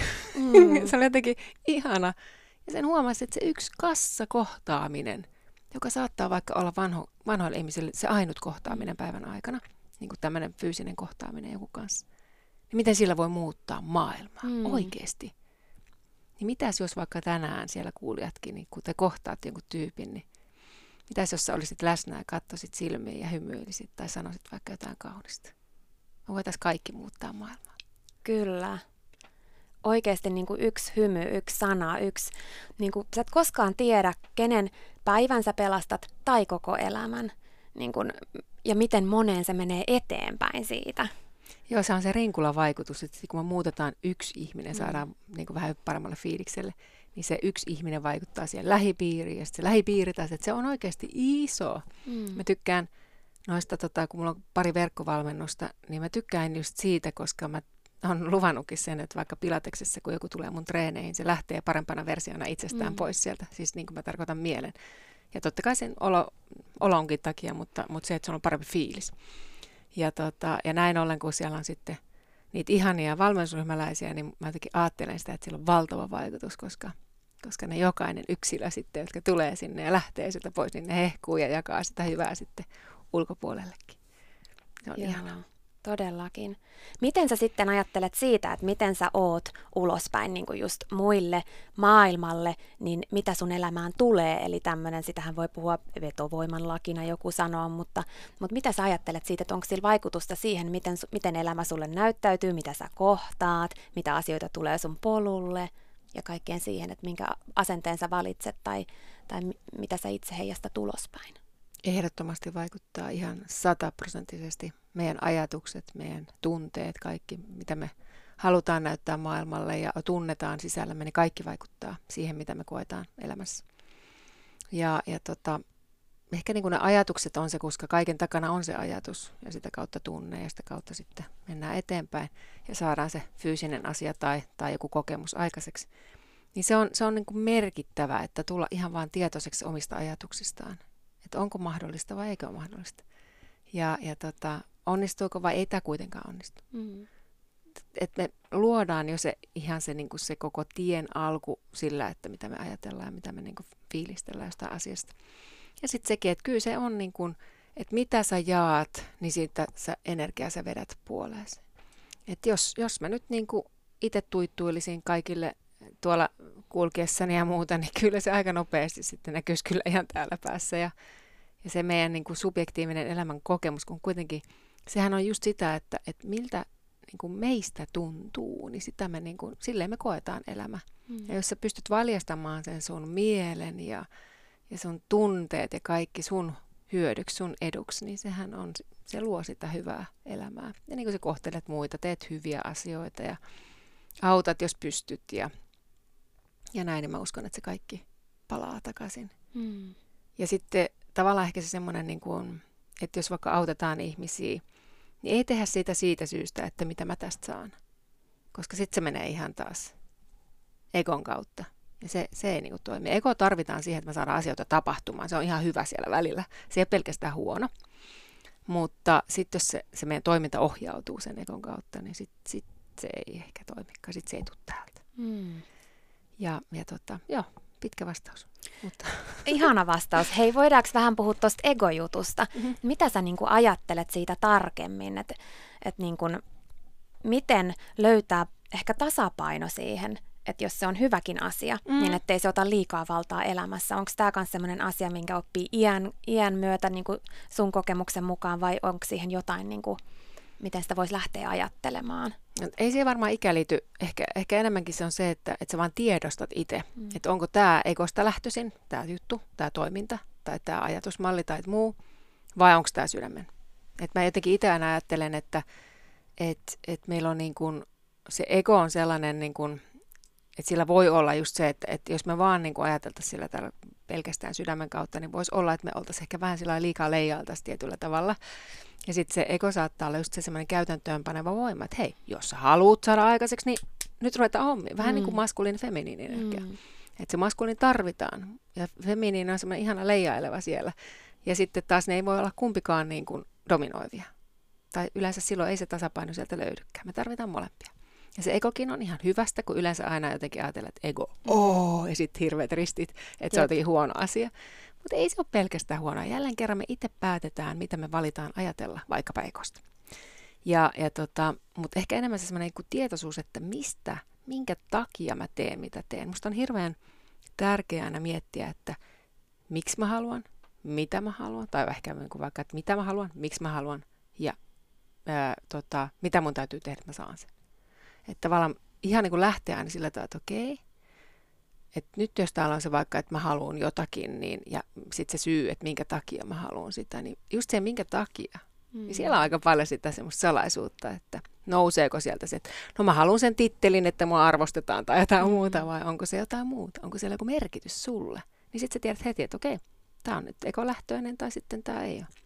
Se oli jotenkin ihana. Ja sen huomasi, että se yksi kassakohtaaminen, joka saattaa vaikka olla vanhoille ihmisille se ainut kohtaaminen päivän aikana, niin kuin tämmöinen fyysinen kohtaaminen joku kanssa, niin miten sillä voi muuttaa maailmaa oikeasti. Niin mitäs jos vaikka tänään siellä kuulijatkin, niin kun te kohtaatte jonkun tyypin, niin mitäs jos sä olisit läsnä ja katsoisit silmiin ja hymyilisit tai sanoisit vaikka jotain kaunista? Me voitaisiin kaikki muuttaa maailmaa. Kyllä. Oikeasti niin kuin yksi hymy, yksi sana, niin kuin, sä et koskaan tiedä, kenen päivän sä pelastat tai koko elämän. Niin kuin, ja miten moneen se menee eteenpäin siitä. Joo, se on se rinkula-vaikutus, että kun me muutetaan yksi ihminen, saadaan niin kuin vähän paremmalle fiilikselle, niin se yksi ihminen vaikuttaa siihen lähipiiriin, ja sitten se lähipiiri taas, että se on oikeasti iso. Mä tykkään noista, kun mulla on pari verkkovalmennusta, niin mä tykkään just siitä, koska mä on luvannutkin sen, että vaikka Pilateksessa, kun joku tulee mun treeneihin, se lähtee parempana versiona itsestään pois sieltä. Siis niin kuin mä tarkoitan mielen. Ja totta kai sen olonkin takia, mutta se, että se on parempi fiilis. Ja näin ollen, kun siellä on sitten niitä ihania valmennusryhmäläisiä, niin mä jotenkin ajattelen sitä, että sillä on valtava vaikutus, koska ne jokainen yksilö sitten, jotka tulee sinne ja lähtee sieltä pois, niin ne hehkuu ja jakaa sitä hyvää sitten ulkopuolellekin. Se on ihanaa. Todellakin. Miten sä sitten ajattelet siitä, että miten sä oot ulospäin niin kuin just muille maailmalle, niin mitä sun elämään tulee? Eli tämmöinen, sitähän voi puhua vetovoiman lakina, joku sanoo, mutta mitä sä ajattelet siitä, että onko sillä vaikutusta siihen, miten elämä sulle näyttäytyy, mitä sä kohtaat, mitä asioita tulee sun polulle ja kaikkeen siihen, että minkä asenteen sä valitset tai mitä sä itse heijastat ulospäin? Ehdottomasti vaikuttaa ihan 100% meidän ajatukset, meidän tunteet, kaikki mitä me halutaan näyttää maailmalle ja tunnetaan sisällämme, niin kaikki vaikuttaa siihen, mitä me koetaan elämässä. Ehkä niin kuin ne ajatukset on se, koska kaiken takana on se ajatus ja sitä kautta tunne ja sitä kautta sitten mennään eteenpäin ja saadaan se fyysinen asia tai joku kokemus aikaiseksi. Niin se on niin kuin merkittävää, että tulla ihan vaan tietoiseksi omista ajatuksistaan. Että onko mahdollista vai eikö ole mahdollista. Onnistuuko vai ei tämä kuitenkaan onnistu. Että me luodaan jo niin kuin se koko tien alku sillä, että mitä me ajatellaan ja mitä me niin kuin fiilistellään jostain asiasta. Ja sitten sekin, että kyllä se on niin kuin, että mitä sä jaat, niin siitä energiaa sä vedät puoleesi. Että jos mä nyt niin kuin itse tuittuilisin kaikille tuolla kulkiessani ja muuta, niin kyllä se aika nopeasti sitten näkyisi kyllä ihan täällä päässä. Ja se meidän niin kuin subjektiivinen elämän kokemus, kun kuitenkin sehän on just sitä, että miltä niin kuin meistä tuntuu, niin sitä me silleen me koetaan elämä. Ja jos sä pystyt valjastamaan sen sun mielen ja sun tunteet ja kaikki sun hyödyksi, sun eduksi, niin se luo sitä hyvää elämää. Ja niin kuin sä kohtelet muita, teet hyviä asioita ja autat, jos pystyt ja näin, niin mä uskon, että se kaikki palaa takaisin. Ja sitten tavallaan ehkä se semmoinen, niin kuin, että jos vaikka autetaan ihmisiä, niin ei tehdä siitä syystä, että mitä mä tästä saan. Koska sitten se menee ihan taas egon kautta. Ja se ei niin kuin toimi. Ego tarvitaan siihen, että me saadaan asioita tapahtumaan. Se on ihan hyvä siellä välillä. Se ei ole pelkästään huono. Mutta sitten jos se meidän toiminta ohjautuu sen egon kautta, niin sit se ei ehkä toimikaan. Sitten se ei tule täältä. Joo, pitkä vastaus. Mutta. Ihana vastaus. Hei, voidaanko vähän puhua tuosta egojutusta? Mitä sä niin kuin ajattelet siitä tarkemmin? Että niin kuin, miten löytää ehkä tasapaino siihen, että jos se on hyväkin asia, niin ettei se ota liikaa valtaa elämässä. Onko tämä myös sellainen asia, minkä oppii iän myötä niin kuin sun kokemuksen mukaan, vai onko siihen jotain, niin kuin, miten sitä voisi lähteä ajattelemaan? Ei siihen varmaan ikä liity. Ehkä enemmänkin se on se, että sä vaan tiedostat itse, että onko tämä egosta lähtöisin, tämä juttu, tämä toiminta, tai tämä ajatusmalli tai muu, vai onko tämä sydämen. Et mä jotenkin itse aina ajattelen, että meillä on niin kuin, se ego on sellainen, niin kuin, että sillä voi olla just se, että jos me vaan niin kuin ajateltaisiin sillä täällä pelkästään sydämen kautta, niin voisi olla, että me oltaisiin ehkä vähän sillä liikaa leijailtaisiin tietyllä tavalla. Ja sitten se ego saattaa olla just se semmoinen käytäntöönpaneva voima, että hei, jos sä haluat saada aikaiseksi, niin nyt ruvetaan hommiin. Vähän niin kuin maskuliini feminiini ehkä. Että se maskuliini tarvitaan ja feminiini on semmoinen ihana leijaileva siellä. Ja sitten taas ne ei voi olla kumpikaan niin kuin dominoivia. Tai yleensä silloin ei se tasapaino sieltä löydykään. Me tarvitaan molempia. Ja se egokin on ihan hyvästä, kun yleensä aina jotenkin ajatellaan, että ego, ja sitten hirveät ristit, että se on jotenkin huono asia. Mutta ei se ole pelkästään huonoa. Jälleen kerran me itse päätetään, mitä me valitaan ajatella vaikkapa egosta. Mutta ehkä enemmän se sellainen tietoisuus, että minkä takia mä teen, mitä teen. Musta on hirveän tärkeää aina miettiä, että miksi mä haluan, mitä mä haluan, tai ehkä vaikka, että mitä mä haluan, miksi mä haluan, ja mitä mun täytyy tehdä, että mä saan sen. Että tavallaan ihan niin kuin lähteä aina sillä tavalla, että okei, että nyt jos täällä on se vaikka, että mä haluan jotakin, niin, ja sitten se syy, että minkä takia mä haluan sitä, niin just se minkä takia, niin siellä on aika paljon sitä semmoista salaisuutta, että nouseeko sieltä se, että no mä haluan sen tittelin, että mua arvostetaan tai jotain muuta, vai onko se jotain muuta, onko siellä joku merkitys sulle, niin sitten sä tiedät heti, että okei, tää on nyt ekolähtöinen tai sitten tää ei ole.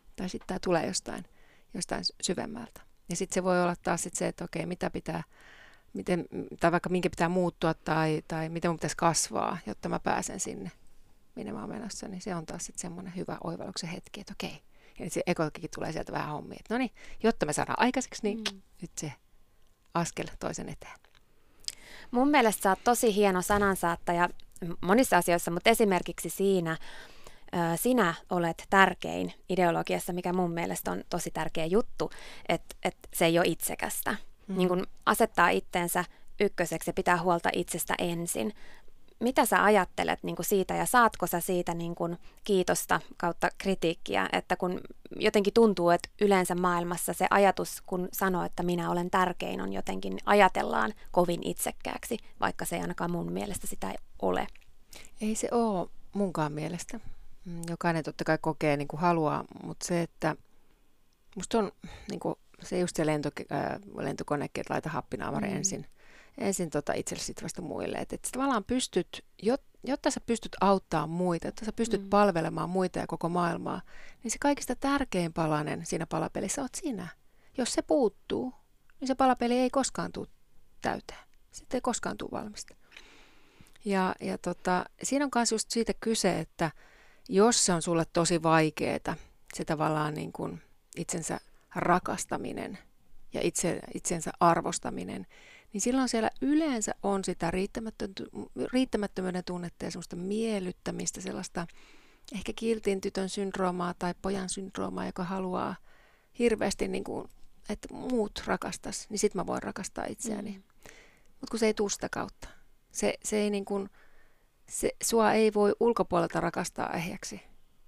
Tai sitten tämä tulee jostain syvemmältä. Ja sitten se voi olla taas sit se, että okei, mitä pitää, tai vaikka minkä pitää muuttua tai miten mun pitäisi kasvaa, jotta mä pääsen sinne, minne mä oon menossa. Niin se on taas sitten semmoinen hyvä oivalluksen hetki, että okei. Ja se ekologikin tulee sieltä vähän hommia, että no niin, jotta me saadaan aikaiseksi, niin nyt se askel toisen eteen. Mun mielestä sä oot tosi hieno sanansaattaja monissa asioissa, mutta esimerkiksi siinä sinä olet tärkein ideologiassa, mikä mun mielestä on tosi tärkeä juttu, että se ei ole itsekästä. Niin kun asettaa itteensä ykköseksi ja pitää huolta itsestä ensin. Mitä sä ajattelet niin kun siitä ja saatko sä siitä niin kun kiitosta kautta kritiikkiä, että kun jotenkin tuntuu, että yleensä maailmassa se ajatus, kun sanoo, että minä olen tärkein, on jotenkin ajatellaan kovin itsekkääksi, vaikka se ei ainakaan mun mielestä sitä ole. Ei se ole munkaan mielestä. Jokainen totta kai kokee niin kuin haluaa, mutta se, että musta on niin kuin, se just se lentokonekin, että laita happinaamari ensin itselle sitten vasta muille. Että tavallaan pystyt, jotta sä pystyt auttamaan muita, jotta sä pystyt palvelemaan muita ja koko maailmaa, niin se kaikista tärkein palanen siinä palapelissä oot sinä. Jos se puuttuu, niin se palapeli ei koskaan tule täyteen. Sitten ei koskaan tule valmista. Ja siinä on myös just siitä kyse, että jos se on sulle tosi vaikeaa, se tavallaan niin kuin itsensä rakastaminen ja itsensä arvostaminen, niin silloin siellä yleensä on sitä riittämättömyyden tunnetta ja semmoista miellyttämistä, sellaista ehkä kiltin tytön syndroomaa tai pojan syndroomaa, joka haluaa hirveästi, niin kuin, että muut rakastas, niin sit mä voin rakastaa itseäni. Mutta kun se ei tule sitä kautta. Se ei niin kuin, sua ei voi ulkopuolelta rakastaa ehjäksi,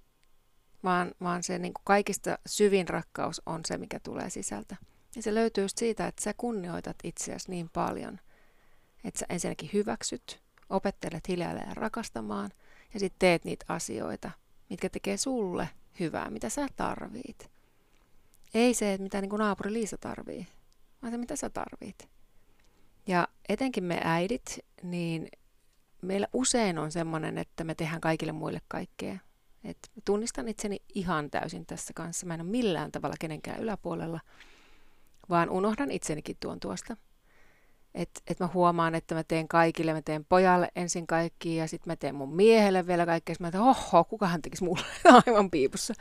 vaan se niin kuin kaikista syvin rakkaus on se, mikä tulee sisältä. Ja se löytyy just siitä, että sä kunnioitat itseäsi niin paljon, että sä ensinnäkin hyväksyt, opettelet hiljalleen rakastamaan ja sitten teet niitä asioita, mitkä tekee sulle hyvää, mitä sä tarvit. Ei se, että mitä niin kuin naapuri Liisa tarvii, vaan se, mitä sä tarvit. Ja etenkin me äidit, niin meillä usein on semmoinen, että me tehdään kaikille muille kaikkea. Et tunnistan itseni ihan täysin tässä kanssa. Mä en ole millään tavalla kenenkään yläpuolella, vaan unohdan itsenikin tuosta. Et mä huomaan, että mä teen kaikille, mä teen pojalle ensin kaikki ja sitten mä teen mun miehelle vielä kaikkea. Mä teen, kukahan tekisi mulle aivan piipussa.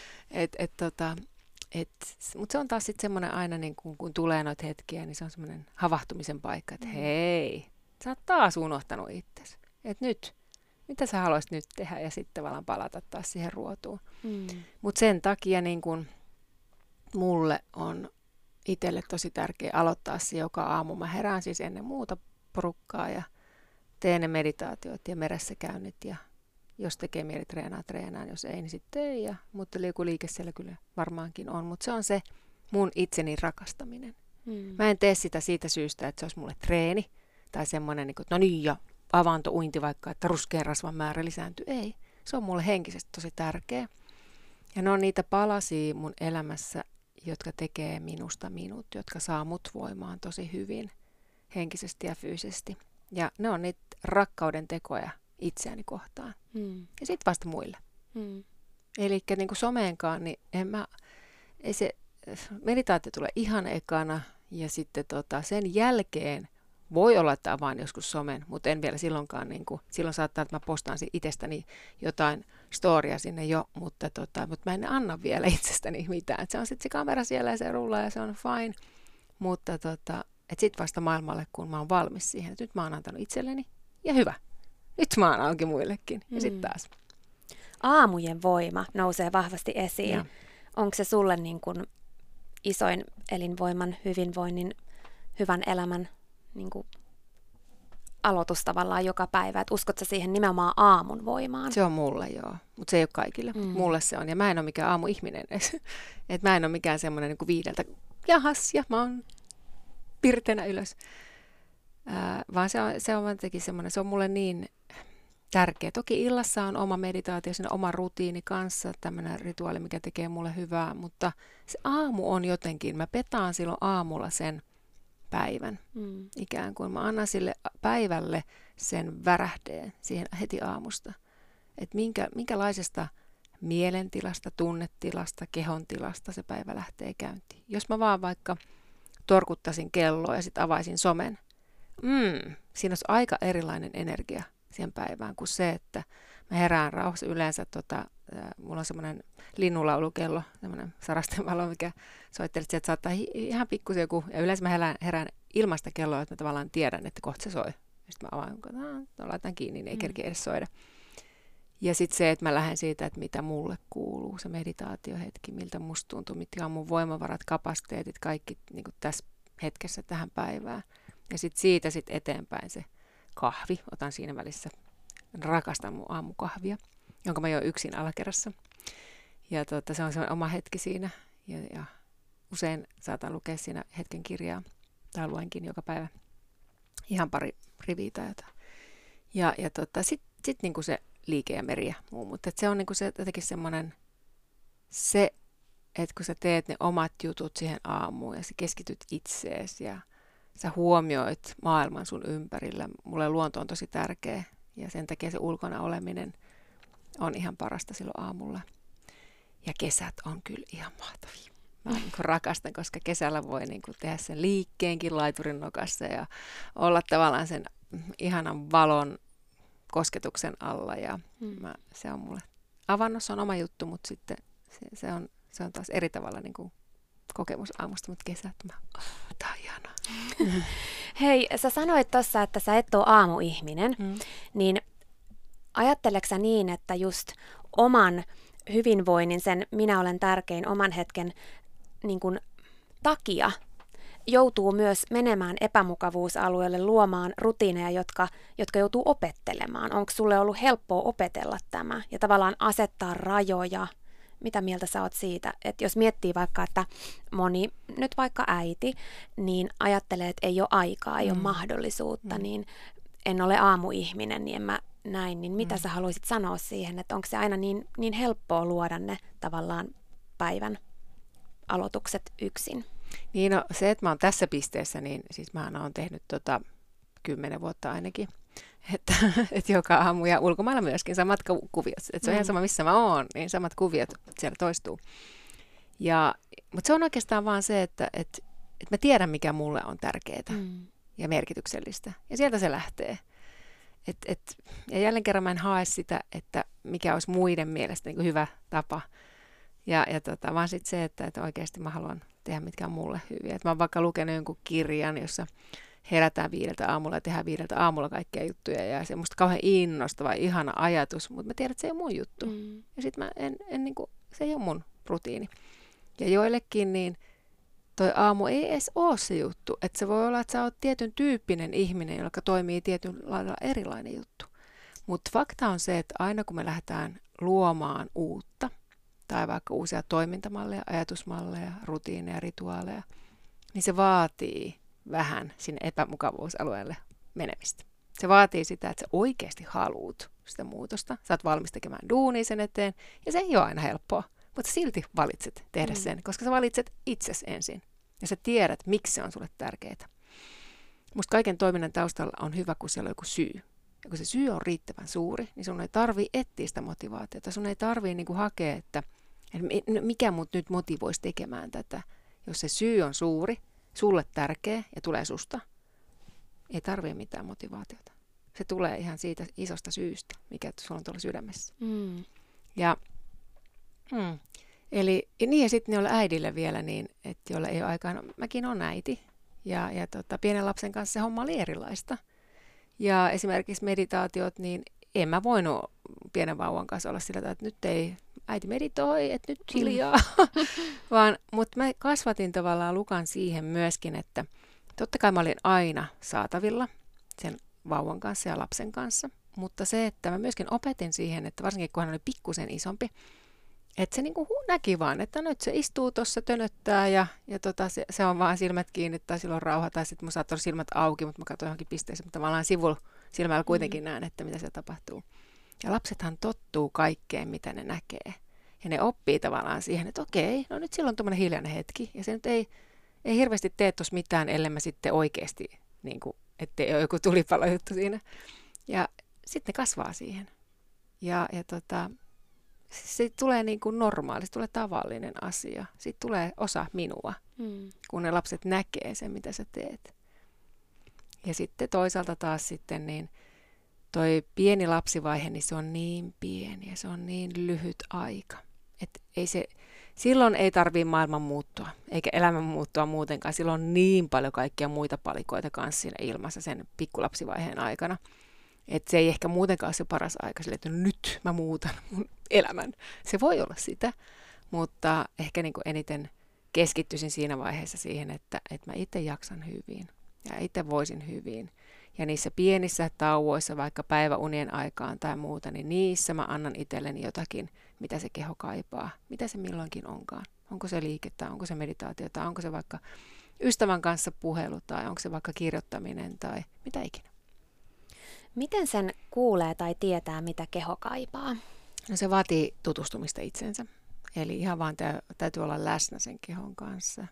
Mutta se on taas sitten semmoinen aina, niin kun tulee noita hetkiä, niin se on semmoinen havahtumisen paikka, että hei, sä oot taas unohtanut itsesi. Että nyt, mitä sä haluaisit nyt tehdä ja sitten tavallaan palata taas siihen ruotuun. Mutta sen takia niin kun mulle on itselle tosi tärkeä aloittaa se joka aamu. Mä herään siis ennen muuta porukkaa ja teen ne meditaatiot ja meressä käynnit ja jos tekee mieli treenaan, jos ei, niin sitten ei. Mutta liike siellä kyllä varmaankin on. Mutta se on se mun itseni rakastaminen. Mä en tee sitä siitä syystä, että se olisi mulle treeni. Tai semmoinen, että no niin, ja avantouinti vaikka, että ruskean rasvan määrä lisääntyy. Ei, se on mulle henkisesti tosi tärkeä. Ja ne on niitä palasia mun elämässä, jotka tekee minusta minut, jotka saa mut voimaan tosi hyvin henkisesti ja fyysisesti. Ja ne on niitä rakkauden tekoja itseäni kohtaan. Ja sitten vasta muille. Eli niin kuin someenkaan, niin se meditaatio tulee ihan ekana ja sitten sen jälkeen voi olla, että avaan joskus somen, mutta en vielä silloinkaan. Silloin saattaa, että mä postaan itsestäni jotain storia sinne jo, mutta mä en anna vielä itsestäni mitään. Et se on sitten se kamera siellä ja se rullaa ja se on fine. Mutta sitten vasta maailmalle, kun mä oon valmis siihen, että nyt mä oon antanut itselleni ja hyvä. Nyt mä oon auki muillekin. Ja sitten taas. Aamujen voima nousee vahvasti esiin. Ja. Onko se sulle niin kuin isoin elinvoiman, hyvinvoinnin, hyvän elämän niin kuin aloitus tavallaan joka päivä? Et uskotko siihen nimenomaan aamun voimaan? Se on mulle, joo. Mutta se ei ole kaikille. Mulle se on. Ja mä en ole mikään aamuihminen edes. Et mä en ole mikään semmoinen niin kuin 5, jahas, ja mä oon pirtenä ylös. Vaan se on jotenkin semmoinen, se on mulle niin tärkeä. Toki illassa on oma meditaatio, siinä oma rutiini kanssa, tämmöinen rituaali, mikä tekee mulle hyvää, mutta se aamu on jotenkin, mä petaan silloin aamulla sen päivän. Ikään kuin mä annan sille päivälle sen värähdeen siihen heti aamusta. Että minkälaisesta mielentilasta, tunnetilasta, kehon tilasta se päivä lähtee käyntiin. Jos mä vaan vaikka torkuttaisin kelloa ja sitten avaisin somen, siinä olisi aika erilainen energia siihen päivään kuin se, että mä herään rauhassa yleensä. Mulla on semmoinen linnunlaulukello, semmoinen sarastenvalo, mikä soittelee, että sieltä saattaa ihan pikkusen joku, ja yleensä mä herään ilmaista kelloa, että mä tavallaan tiedän, että kohta se soi. Sitten mä avaan, laitan kiinni, niin ei kerkeä edes soida. Ja sitten se, että mä lähden siitä, että mitä mulle kuuluu, se meditaatiohetki, miltä musta tuntuu, mitkä on mun voimavarat, kapasiteetit, kaikki niin kuin tässä hetkessä tähän päivään. Ja sitten siitä eteenpäin se kahvi, otan siinä välissä, rakastan mun aamukahvia, jonka mä join yksin alakerrassa. Ja se on se oma hetki siinä, ja usein saatan lukea siinä hetken kirjaa, tai luenkin joka päivä ihan pari riviä tai jotain. Ja sitten niinku se liike ja meri ja muu, mutta se on niinku se jotenkin semmoinen, että kun sä teet ne omat jutut siihen aamuun ja sä keskityt itseesi ja sä huomioit maailman sun ympärillä. Mulle luonto on tosi tärkeä ja sen takia se ulkona oleminen on ihan parasta silloin aamulla. Ja kesät on kyllä ihan mahtavia. Mä niinku rakastan, koska kesällä voi niinku tehdä sen liikkeenkin laiturin nokassa ja olla tavallaan sen ihanan valon kosketuksen alla. Ja se on mulle, avannossa on oma juttu, mutta sitten se on taas eri tavalla niinku kokemus aamusta, mutta kesät tää on ihanaa. Hei, sä sanoit tuossa, että sä et ole aamuihminen, niin ajatteleksä sä niin, että just oman hyvinvoinnin, sen minä olen tärkein oman hetken niin kuin takia joutuu myös menemään epämukavuusalueelle luomaan rutiineja, jotka joutuu opettelemaan? Onko sulle ollut helppoa opetella tämä ja tavallaan asettaa rajoja? Mitä mieltä sä oot siitä, että jos miettii vaikka, että moni, nyt vaikka äiti, niin ajattelee, että ei ole aikaa, ei ole mahdollisuutta, niin en ole aamuihminen, niin en mä näin, niin mitä sä haluaisit sanoa siihen, että onko se aina niin helppoa luoda ne tavallaan päivän aloitukset yksin? Niin no, se, että mä oon tässä pisteessä, niin siis mä oon tehnyt 10 vuotta ainakin, että joka aamu ja ulkomailla myöskin samat kuviot. Että se on ihan sama, missä mä oon, niin samat kuviot siellä toistuu. Mutta se on oikeastaan vaan se, että mä tiedän, mikä mulle on tärkeää ja merkityksellistä. Ja sieltä se lähtee. Ja jälleen kerran mä en hae sitä, että mikä olisi muiden mielestä niin kuin hyvä tapa. Vaan sitten se, että oikeasti mä haluan tehdä mitkä on mulle hyviä. Et mä oon vaikka lukenut jonkun kirjan, jossa herätään 5 aamulla ja tehdään 5 aamulla kaikkia juttuja. Ja se on musta kauhean innostava, ihana ajatus, mutta mä tiedän, että se ei ole mun juttu. Ja sitten se ei ole mun rutiini. Ja joillekin niin toi aamu ei edes ole se juttu. Että se voi olla, että sä oot tietyn tyyppinen ihminen, joka toimii tietyn lailla erilainen juttu. Mutta fakta on se, että aina kun me lähdetään luomaan uutta, tai vaikka uusia toimintamalleja, ajatusmalleja, rutiineja, rituaaleja, niin se vaatii vähän sinne epämukavuusalueelle menemistä. Se vaatii sitä, että sä oikeasti haluut sitä muutosta. Sä oot valmis tekemään duunia sen eteen, ja se ei ole aina helppoa, mutta silti valitset tehdä sen, koska sä valitset itsesi ensin. Ja sä tiedät, miksi se on sulle tärkeää. Musta kaiken toiminnan taustalla on hyvä, kun siellä on joku syy. Ja kun se syy on riittävän suuri, niin sun ei tarvii etsiä sitä motivaatiota. Sun ei tarvii niinku hakea, että mikä mut nyt motivoisi tekemään tätä. Jos se syy on suuri, sulle tärkeä ja tulee susta, ei tarvii mitään motivaatiota. Se tulee ihan siitä isosta syystä, mikä sulla on tuolla sydämessä. Eli niin, ja sitten joilla äidille vielä, niin, että joilla ei ole aikaa, no, mäkin olen äiti, ja pienen lapsen kanssa se homma oli erilaista. Ja esimerkiksi meditaatiot, niin en mä voinut pienen vauvan kanssa olla sillä tavalla, että nyt ei äiti meditoi, että nyt hiljaa. Mutta mä kasvatin tavallaan Lukan siihen myöskin, että totta kai mä olin aina saatavilla sen vauvan kanssa ja lapsen kanssa. Mutta se, että mä myöskin opetin siihen, että varsinkin kun hän oli pikkusen isompi, että se niinku näki vaan, että nyt se istuu tuossa, tönöttää ja se on vaan silmät kiinni tai silloin rauha. Tai sitten mun saattoi olla silmät auki, mutta mä katsoin johonkin pisteeseen, mutta tavallaan silmällä kuitenkin näen, että mitä siellä tapahtuu. Ja lapsethan tottuu kaikkeen, mitä ne näkee. Ja ne oppii tavallaan siihen, että okei, no nyt silloin on tuommoinen hiljainen hetki. Ja se nyt ei hirveästi tee tuossa mitään, ellei mä sitten oikeasti, niin kuin, ettei ole joku tulipalojuttu siinä. Ja sitten ne kasvaa siihen. Ja Siitä tulee niin kuin normaali, tulee tavallinen asia. Siitä tulee osa minua, kun ne lapset näkee sen, mitä sä teet. Ja sitten toisaalta taas sitten niin toi pieni lapsivaihe, niin se on niin pieni ja se on niin lyhyt aika. Että silloin ei tarvitse maailman muuttua, eikä elämän muuttua muutenkaan. Silloin on niin paljon kaikkia muita palikoita kanssa siinä ilmassa sen pikkulapsivaiheen aikana. Että se ei ehkä muutenkaan ole se paras aika sille, että nyt mä muutan mun elämän. Se voi olla sitä, mutta ehkä niin kuin eniten keskittyisin siinä vaiheessa siihen, että mä itse jaksan hyvin ja itse voisin hyvin. Ja niissä pienissä tauoissa, vaikka päiväunien aikaan tai muuta, niin niissä mä annan itselleni jotakin, mitä se keho kaipaa, mitä se milloinkin onkaan. Onko se liikettä, onko se meditaatio, tai onko se vaikka ystävän kanssa puhelu, tai onko se vaikka kirjoittaminen, tai mitä ikinä. Miten sen kuulee tai tietää, mitä keho kaipaa? No se vaatii tutustumista itsensä. Eli ihan vaan täytyy olla läsnä sen kehon kanssa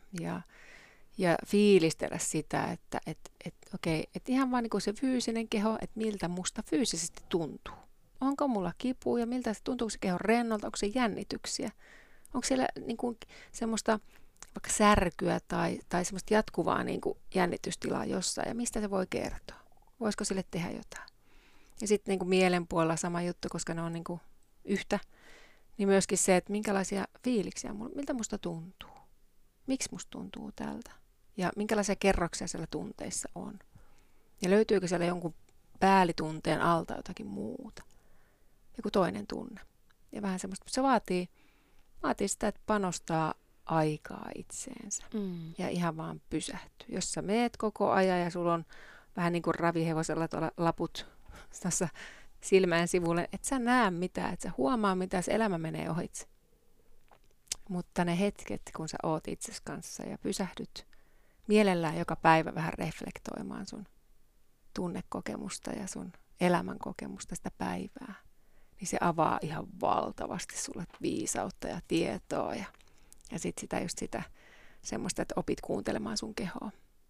ja fiilistellä sitä, että okei, että ihan vaan niin kuin se fyysinen keho, että miltä musta fyysisesti tuntuu. Onko mulla kipua ja miltä se tuntuu, se keho rennolta, onko se jännityksiä? Onko siellä niin kuin semmoista vaikka särkyä tai semmoista jatkuvaa niin kuin jännitystilaa jossain ja mistä se voi kertoa? Voisiko sille tehdä jotain? Ja sitten niin kuin mielen puolella sama juttu, koska ne on niin kuin yhtä, niin myöskin se, että minkälaisia fiiliksiä, miltä musta tuntuu. Miksi musta tuntuu tältä? Ja minkälaisia kerroksia siellä tunteissa on. Ja löytyykö siellä jonkun päällitunteen alta jotakin muuta. Joku toinen tunne. Ja vähän semmoista, se vaatii sitä, että panostaa aikaa itseensä. Ja ihan vaan pysähtyy. Jos sä meet koko ajan ja sulla on vähän niin kuin ravihevosella tuolla laput tässä silmään sivulle, et sä näe mitään, et sä huomaa mitä, se elämä menee ohitse. Mutta ne hetket, kun sä oot itses kanssa ja pysähdyt mielellään joka päivä vähän reflektoimaan sun tunnekokemusta ja sun elämän kokemusta sitä päivää, niin se avaa ihan valtavasti sulle viisautta ja tietoa ja sitten sitä semmoista, että opit kuuntelemaan sun kehoa.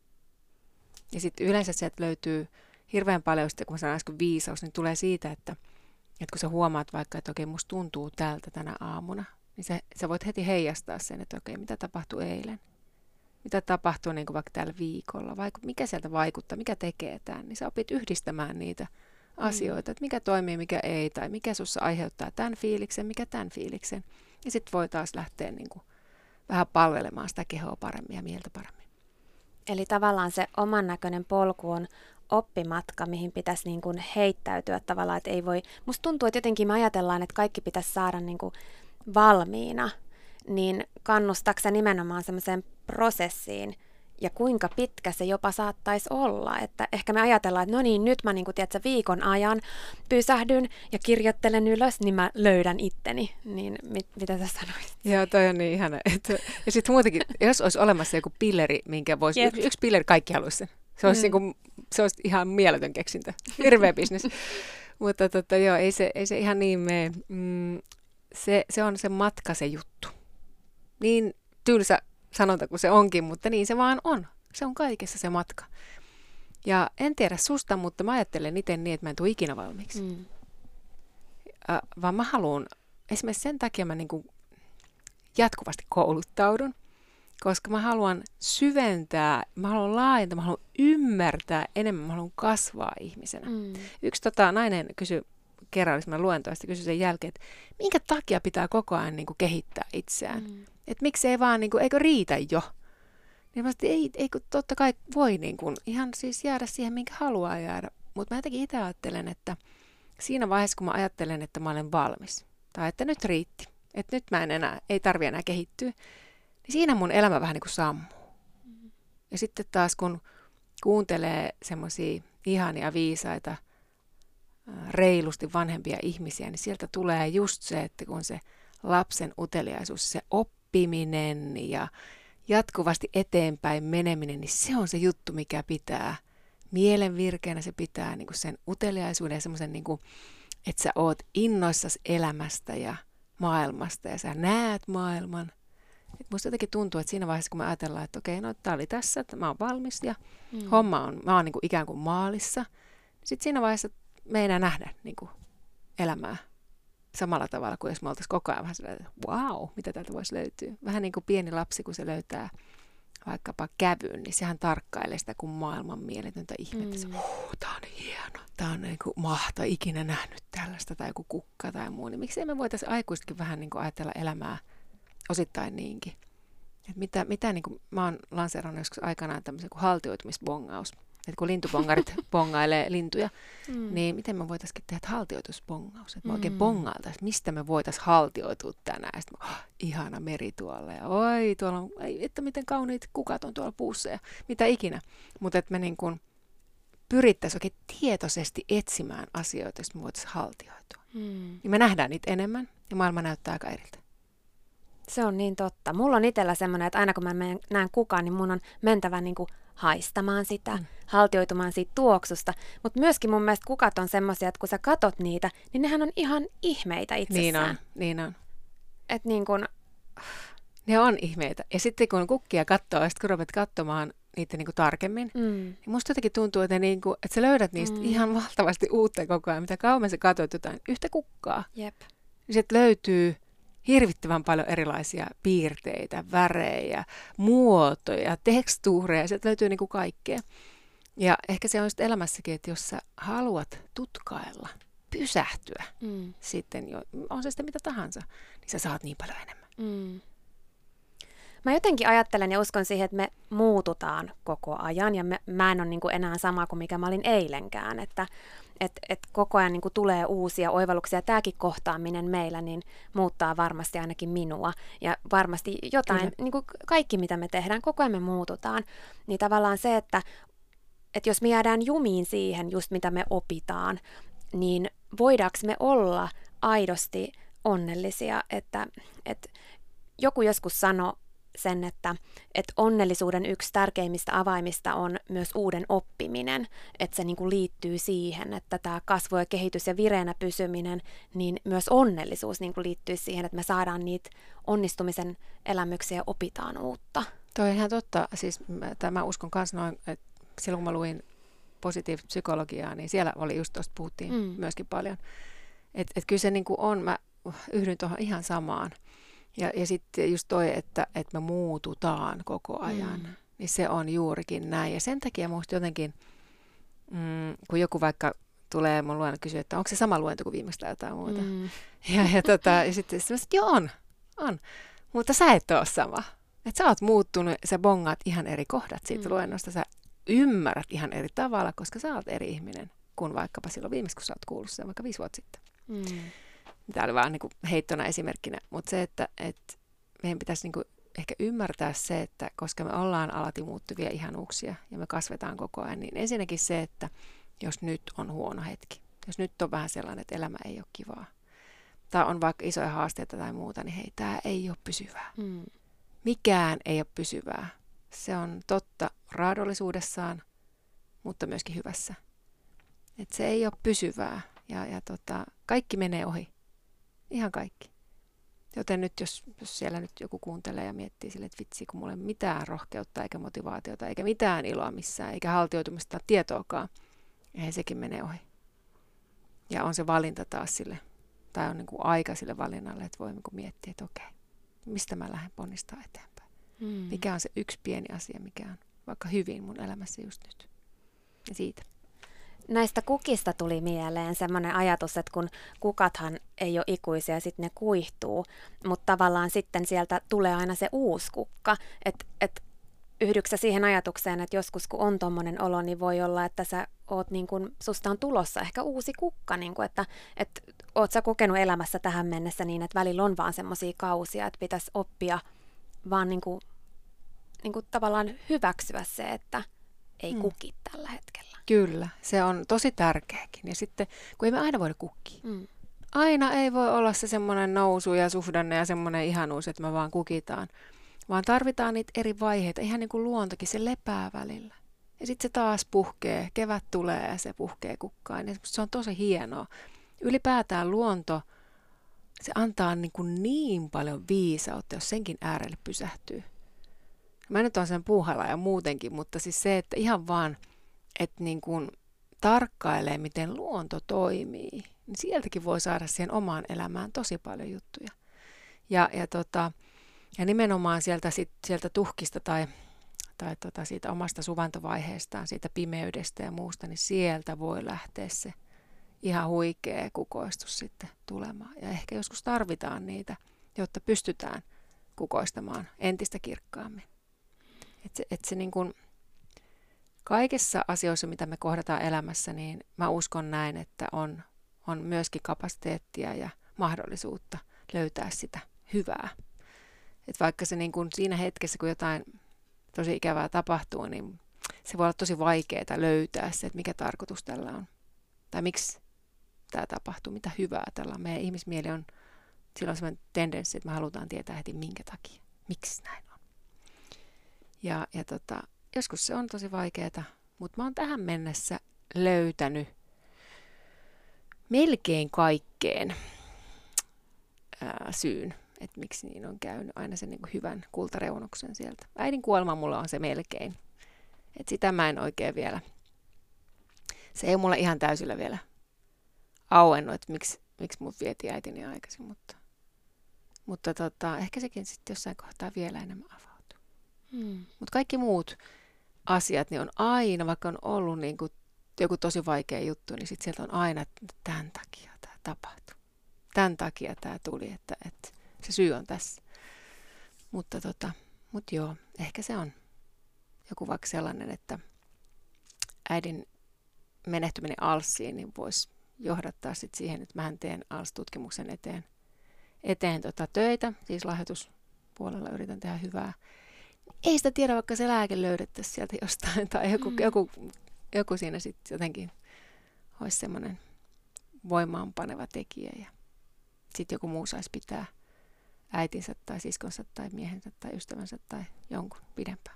Ja sitten yleensä sieltä löytyy hirveän paljon, sitten kun mä sanon äsken viisaus, niin tulee siitä, että kun sä huomaat vaikka, että okei, musta tuntuu tältä tänä aamuna, niin sä voit heti heijastaa sen, että okei, mitä tapahtui eilen? Mitä tapahtuu niin kuin vaikka tällä viikolla? Mikä sieltä vaikuttaa? Mikä tekee tämän? Niin sä opit yhdistämään niitä asioita, että mikä toimii, mikä ei, tai mikä sussa aiheuttaa tämän fiiliksen, mikä tämän fiiliksen. Ja sitten voi taas lähteä niin kuin vähän palvelemaan sitä kehoa paremmin ja mieltä paremmin. Eli tavallaan se oman näköinen polku on oppimatka, mihin pitäisi niin kuin heittäytyä tavallaan, että ei voi. Musta tuntuu, että jotenkin me ajatellaan, että kaikki pitäisi saada niin kuin valmiina, niin kannustaako nimenomaan semmoiseen prosessiin ja kuinka pitkä se jopa saattaisi olla, että ehkä me ajatellaan, että no niin, nyt mä niin kuin, tiedätkö, viikon ajan pysähdyn ja kirjoittelen ylös, niin mä löydän itteni, niin mitä sä sanoisit? Joo, toi on niin ihana. Ja sitten muutenkin, jos olisi olemassa joku pilleri, minkä voisi, yksi pilleri, kaikki haluaisi sen. Se olisi ihan mieletön keksintö, hirveä bisnes. Mutta joo, ei se ihan niin mene. Se on se matka, se juttu. Niin tylsä sanonta kuin se onkin, mutta niin se vaan on. Se on kaikessa se matka. Ja en tiedä susta, mutta mä ajattelen itse niin, että mä en tule ikinä valmiiksi. Vaan mä haluan, esimerkiksi sen takia mä niin kuin jatkuvasti kouluttaudun, koska mä haluan syventää, mä haluan laajentaa, mä haluan ymmärtää enemmän, mä haluan kasvaa ihmisenä. Yksi nainen kysyi kerran, mä luentoista kysyin sen jälkeen, että minkä takia pitää koko ajan niin kuin kehittää itseään? Että miksi ei vaan, niin kuin, eikö riitä jo? Niin mä sanoin, että ei kun totta kai voi niin kuin, ihan siis jäädä siihen, minkä haluaa jäädä. Mutta mä jotenkin itse ajattelen, että siinä vaiheessa, kun mä ajattelen, että mä olen valmis, tai että nyt riitti, että nyt mä en enää, ei tarvitse enää kehittyä, niin siinä mun elämä vähän niin kuin sammuu. Ja sitten taas, kun kuuntelee semmoisia ihania, viisaita, reilusti vanhempia ihmisiä, niin sieltä tulee just se, että kun se lapsen uteliaisuus, se oppiminen ja jatkuvasti eteenpäin meneminen, niin se on se juttu, mikä pitää mielen virkeänä, se pitää niin kuin sen uteliaisuuden ja semmoisen, niin kuin, että sä oot innoissasi elämästä ja maailmasta ja sä näet maailman. Et musta jotenkin tuntuu, että siinä vaiheessa, kun me ajatellaan, että okei, no tää oli tässä, että mä oon valmis ja mä oon niin kuin ikään kuin maalissa, sitten siinä vaiheessa me ei enää nähdä niin kuin elämää samalla tavalla kuin jos me oltaisiin koko ajan vähän sellainen, että wow, mitä täältä voisi löytyä. Vähän niin kuin pieni lapsi, kun se löytää vaikkapa kävyn, niin sehän tarkkailee sitä kuin maailman mieletöntä ihmettä. Tämä on hieno, tämä on niin kuin mahtava, ikinä nähnyt tällaista, tai joku kukka tai muu. Niin miksei me voitaisiin aikuisetkin vähän niin kuin ajatella elämää osittain niinkin. Et mitä niin kuin, mä oon lanseerannut joskus aikanaan tämmöisen kuin haltioitumisbongaus. Että kun lintubongarit bongailee lintuja, niin miten me voitaisiin tehdä haltioitusbongaus? Että me oikein bongailtaisiin, mistä me voitaisiin haltioitua tänään. Sitten ihana meri tuolla ja oi, tuolla on, että miten kauniit kukat on tuolla puussa ja mitä ikinä. Mutta että me niin kuin pyrittäisiin oikein tietoisesti etsimään asioita, joista me voitaisiin haltioitua. Niin me nähdään niitä enemmän ja maailma näyttää aika eriltä. Se on niin totta. Mulla on itsellä semmoinen, että aina kun mä näen kukaan, niin mun on mentävä niin kuin haistamaan sitä, haltioitumaan siitä tuoksusta. Mutta myöskin mun mielestä kukat on semmoisia, että kun sä katot niitä, niin nehän on ihan ihmeitä itsessään. Niin on. Et niin kun... Ne on ihmeitä. Ja sitten kun kukkia katsoo, ja sitten kun rupeat katsomaan niitä niin kuin tarkemmin, niin musta jotenkin tuntuu, että, niin kuin, että sä löydät niistä ihan valtavasti uutta koko ajan. Mitä kauemmin sä katsot jotain yhtä kukkaa, Jep. niin sieltä löytyy hirvittävän paljon erilaisia piirteitä, värejä, muotoja, tekstuureja, sieltä löytyy niin kuin kaikkea. Ja ehkä se on just elämässäkin, että jos sä haluat tutkailla, pysähtyä sitten, on se sitten mitä tahansa, niin sä saat niin paljon enemmän. Mä jotenkin ajattelen ja uskon siihen, että me muututaan koko ajan ja mä en ole niin kuin enää sama kuin mikä mä olin eilenkään, että koko ajan niin kuin tulee uusia oivalluksia. Tämäkin kohtaaminen meillä niin muuttaa varmasti ainakin minua ja varmasti jotain, niin kuin kaikki mitä me tehdään, koko ajan me muututaan. Niin tavallaan se, että jos me jäädään jumiin siihen just mitä me opitaan, niin voidaanko me olla aidosti onnellisia, että joku joskus sanoi sen, että onnellisuuden yksi tärkeimmistä avaimista on myös uuden oppiminen, että se niin kuin liittyy siihen, että tämä kasvu ja kehitys ja vireänä pysyminen, niin myös onnellisuus niin kuin liittyy siihen, että me saadaan niitä onnistumisen elämyksiä ja opitaan uutta. Toi on ihan totta. Siis mä uskon myös noin, että silloin kun mä luin positiivista psykologiaa, niin siellä oli just tuosta puhuttiin myöskin paljon. Että kyllä se niin kuin on, mä yhdyn tuohon ihan samaan. Ja sitten just toi, että me muututaan koko ajan, niin se on juurikin näin. Ja sen takia musta jotenkin, kun joku vaikka tulee mun luona kysyä, että onko se sama luento kuin viimeksi tai jotain muuta. Ja sitten että joo on, mutta sä et ole sama. Että sä oot muuttunut, sä bongaat ihan eri kohdat siitä luennosta, sä ymmärrät ihan eri tavalla, koska sä oot eri ihminen kuin vaikkapa silloin viimeksi, kun sä oot kuullut sen vaikka 5 vuotta sitten. Tämä oli vaan niin kuin heittona esimerkkinä, mutta se, että meidän pitäisi niin kuin ehkä ymmärtää se, että koska me ollaan alati muuttuvia ihanuuksia ja me kasvetaan koko ajan, niin ensinnäkin se, että jos nyt on huono hetki, jos nyt on vähän sellainen, että elämä ei ole kivaa, tai on vaikka isoja haasteita tai muuta, niin hei, tämä ei ole pysyvää. Mikään ei ole pysyvää. Se on totta raadollisuudessaan, mutta myöskin hyvässä. Että se ei ole pysyvää ja kaikki menee ohi. Ihan kaikki. Joten nyt, jos siellä nyt joku kuuntelee ja miettii sille, että vitsi, kun mulla ei ole mitään rohkeutta eikä motivaatiota, eikä mitään iloa missään, eikä haltioitumista tai tietoakaan, niin sekin menee ohi. Ja on se valinta taas sille, tai on niin kuin aika sille valinnalle, että voi miettiä, että okei, mistä mä lähden ponnistaa eteenpäin. Mikä on se yksi pieni asia, mikä on vaikka hyvin mun elämässä just nyt. Ja siitä. Näistä kukista tuli mieleen semmoinen ajatus, että kun kukathan ei ole ikuisia, sitten ne kuihtuu, mutta tavallaan sitten sieltä tulee aina se uusi kukka. Et yhdyksä siihen ajatukseen, että joskus kun on tommonen olo, niin voi olla, että sä oot niin kun, susta on tulossa ehkä uusi kukka, niin kun, että oot sä kokenut elämässä tähän mennessä niin, että välillä on vaan semmoisia kausia, että pitäisi oppia vaan niin kun tavallaan hyväksyä se, että ei kuki tällä hetkellä. Kyllä, se on tosi tärkeäkin. Ja sitten, kun ei me aina voida kukkia. Aina ei voi olla se semmoinen nousu ja suhdanne ja semmoinen ihanuus, että me vaan kukitaan. Vaan tarvitaan niitä eri vaiheita, ihan niin kuin luontokin, se lepää välillä. Ja sitten se taas puhkee, kevät tulee ja se puhkee kukkaan. Ja se on tosi hienoa. Ylipäätään luonto, se antaa niin paljon viisautta, jos senkin äärelle pysähtyy. Mä nyt on sen puuhalla ja muutenkin, mutta siis se, että ihan vaan, että niin kuin tarkkailee, miten luonto toimii. niin sieltäkin voi saada siihen omaan elämään tosi paljon juttuja. Ja nimenomaan sieltä tuhkista tai siitä omasta suvantovaiheestaan, siitä pimeydestä ja muusta, niin sieltä voi lähteä se ihan huikea kukoistus sitten tulemaan. Ja ehkä joskus tarvitaan niitä, jotta pystytään kukoistamaan entistä kirkkaammin. Että se niin kuin kaikissa asioissa, mitä me kohdataan elämässä, niin mä uskon näin, että on myöskin kapasiteettia ja mahdollisuutta löytää sitä hyvää. Että vaikka se niin kuin siinä hetkessä, kun jotain tosi ikävää tapahtuu, niin se voi olla tosi vaikeaa löytää se, että mikä tarkoitus tällä on. Tai miksi tämä tapahtuu, mitä hyvää tällä on. Meidän ihmismieli on silloin sellainen tendenssi, että me halutaan tietää heti minkä takia, miksi näin on. Ja joskus se on tosi vaikeaa, mutta mä oon tähän mennessä löytänyt melkein kaikkeen syyn, että miksi niin on käynyt, aina sen niin kuin hyvän kultareunuksen sieltä. Äidin kuolema mulla on se melkein. Et sitä mä en oikein vielä, se ei mulla ihan täysillä vielä auennut, että miksi mut vietiin äitini aikaisin, mutta ehkä sekin sitten jossain kohtaa vielä enemmän avautuu. Mutta kaikki muut asiat niin on aina, vaikka on ollut niin kuin joku tosi vaikea juttu, niin sitten sieltä on aina, että tämän takia tämä tapahtui. Tämän takia tämä tuli, että se syy on tässä. Mutta joo, ehkä se on joku vaikka sellainen, että äidin menehtyminen ALSiin niin voisi johdattaa sit siihen, että mähän teen ALS-tutkimuksen eteen töitä, siis lahjoituspuolella yritän tehdä hyvää. Ei sitä tiedä, vaikka se lääke löydettäisiin sieltä jostain, tai joku siinä sitten jotenkin olisi semmoinen voimaanpaneva tekijä, ja sitten joku muu saisi pitää äitinsä tai siskonsa tai miehensä tai ystävänsä tai jonkun pidempään.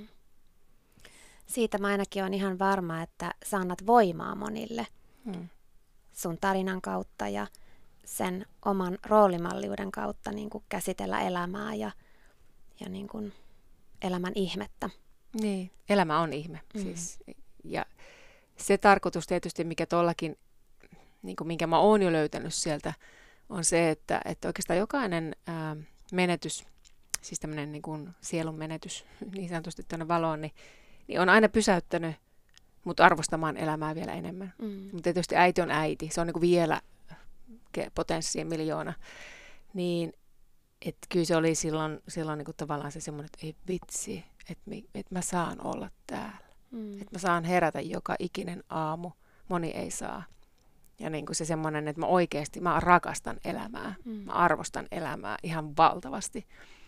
Siitä mä ainakin olen ihan varma, että sä annat voimaa monille sun tarinan kautta ja sen oman roolimalliuden kautta niin kuin käsitellä elämää ja niin kuin elämän ihmettä. Niin, elämä on ihme. Siis, ja se tarkoitus tietysti, mikä tollakin, niin kuin minkä mä oon jo löytänyt sieltä, on se, että oikeastaan jokainen menetys, siis tämmöinen niin kuin sielun menetys, niin sanotusti tuonne valoon, niin on aina pysäyttänyt mut arvostamaan elämää vielä enemmän. Mutta tietysti äiti on äiti, se on niin kuin vielä potenssiin miljoona. Niin, että kyllä se oli silloin niin kuin tavallaan se semmoinen, että ei vitsi, että mä saan olla täällä. Että mä saan herätä joka ikinen aamu, moni ei saa. Ja niin kuin se semmoinen, että mä rakastan elämää, mä arvostan elämää ihan valtavasti.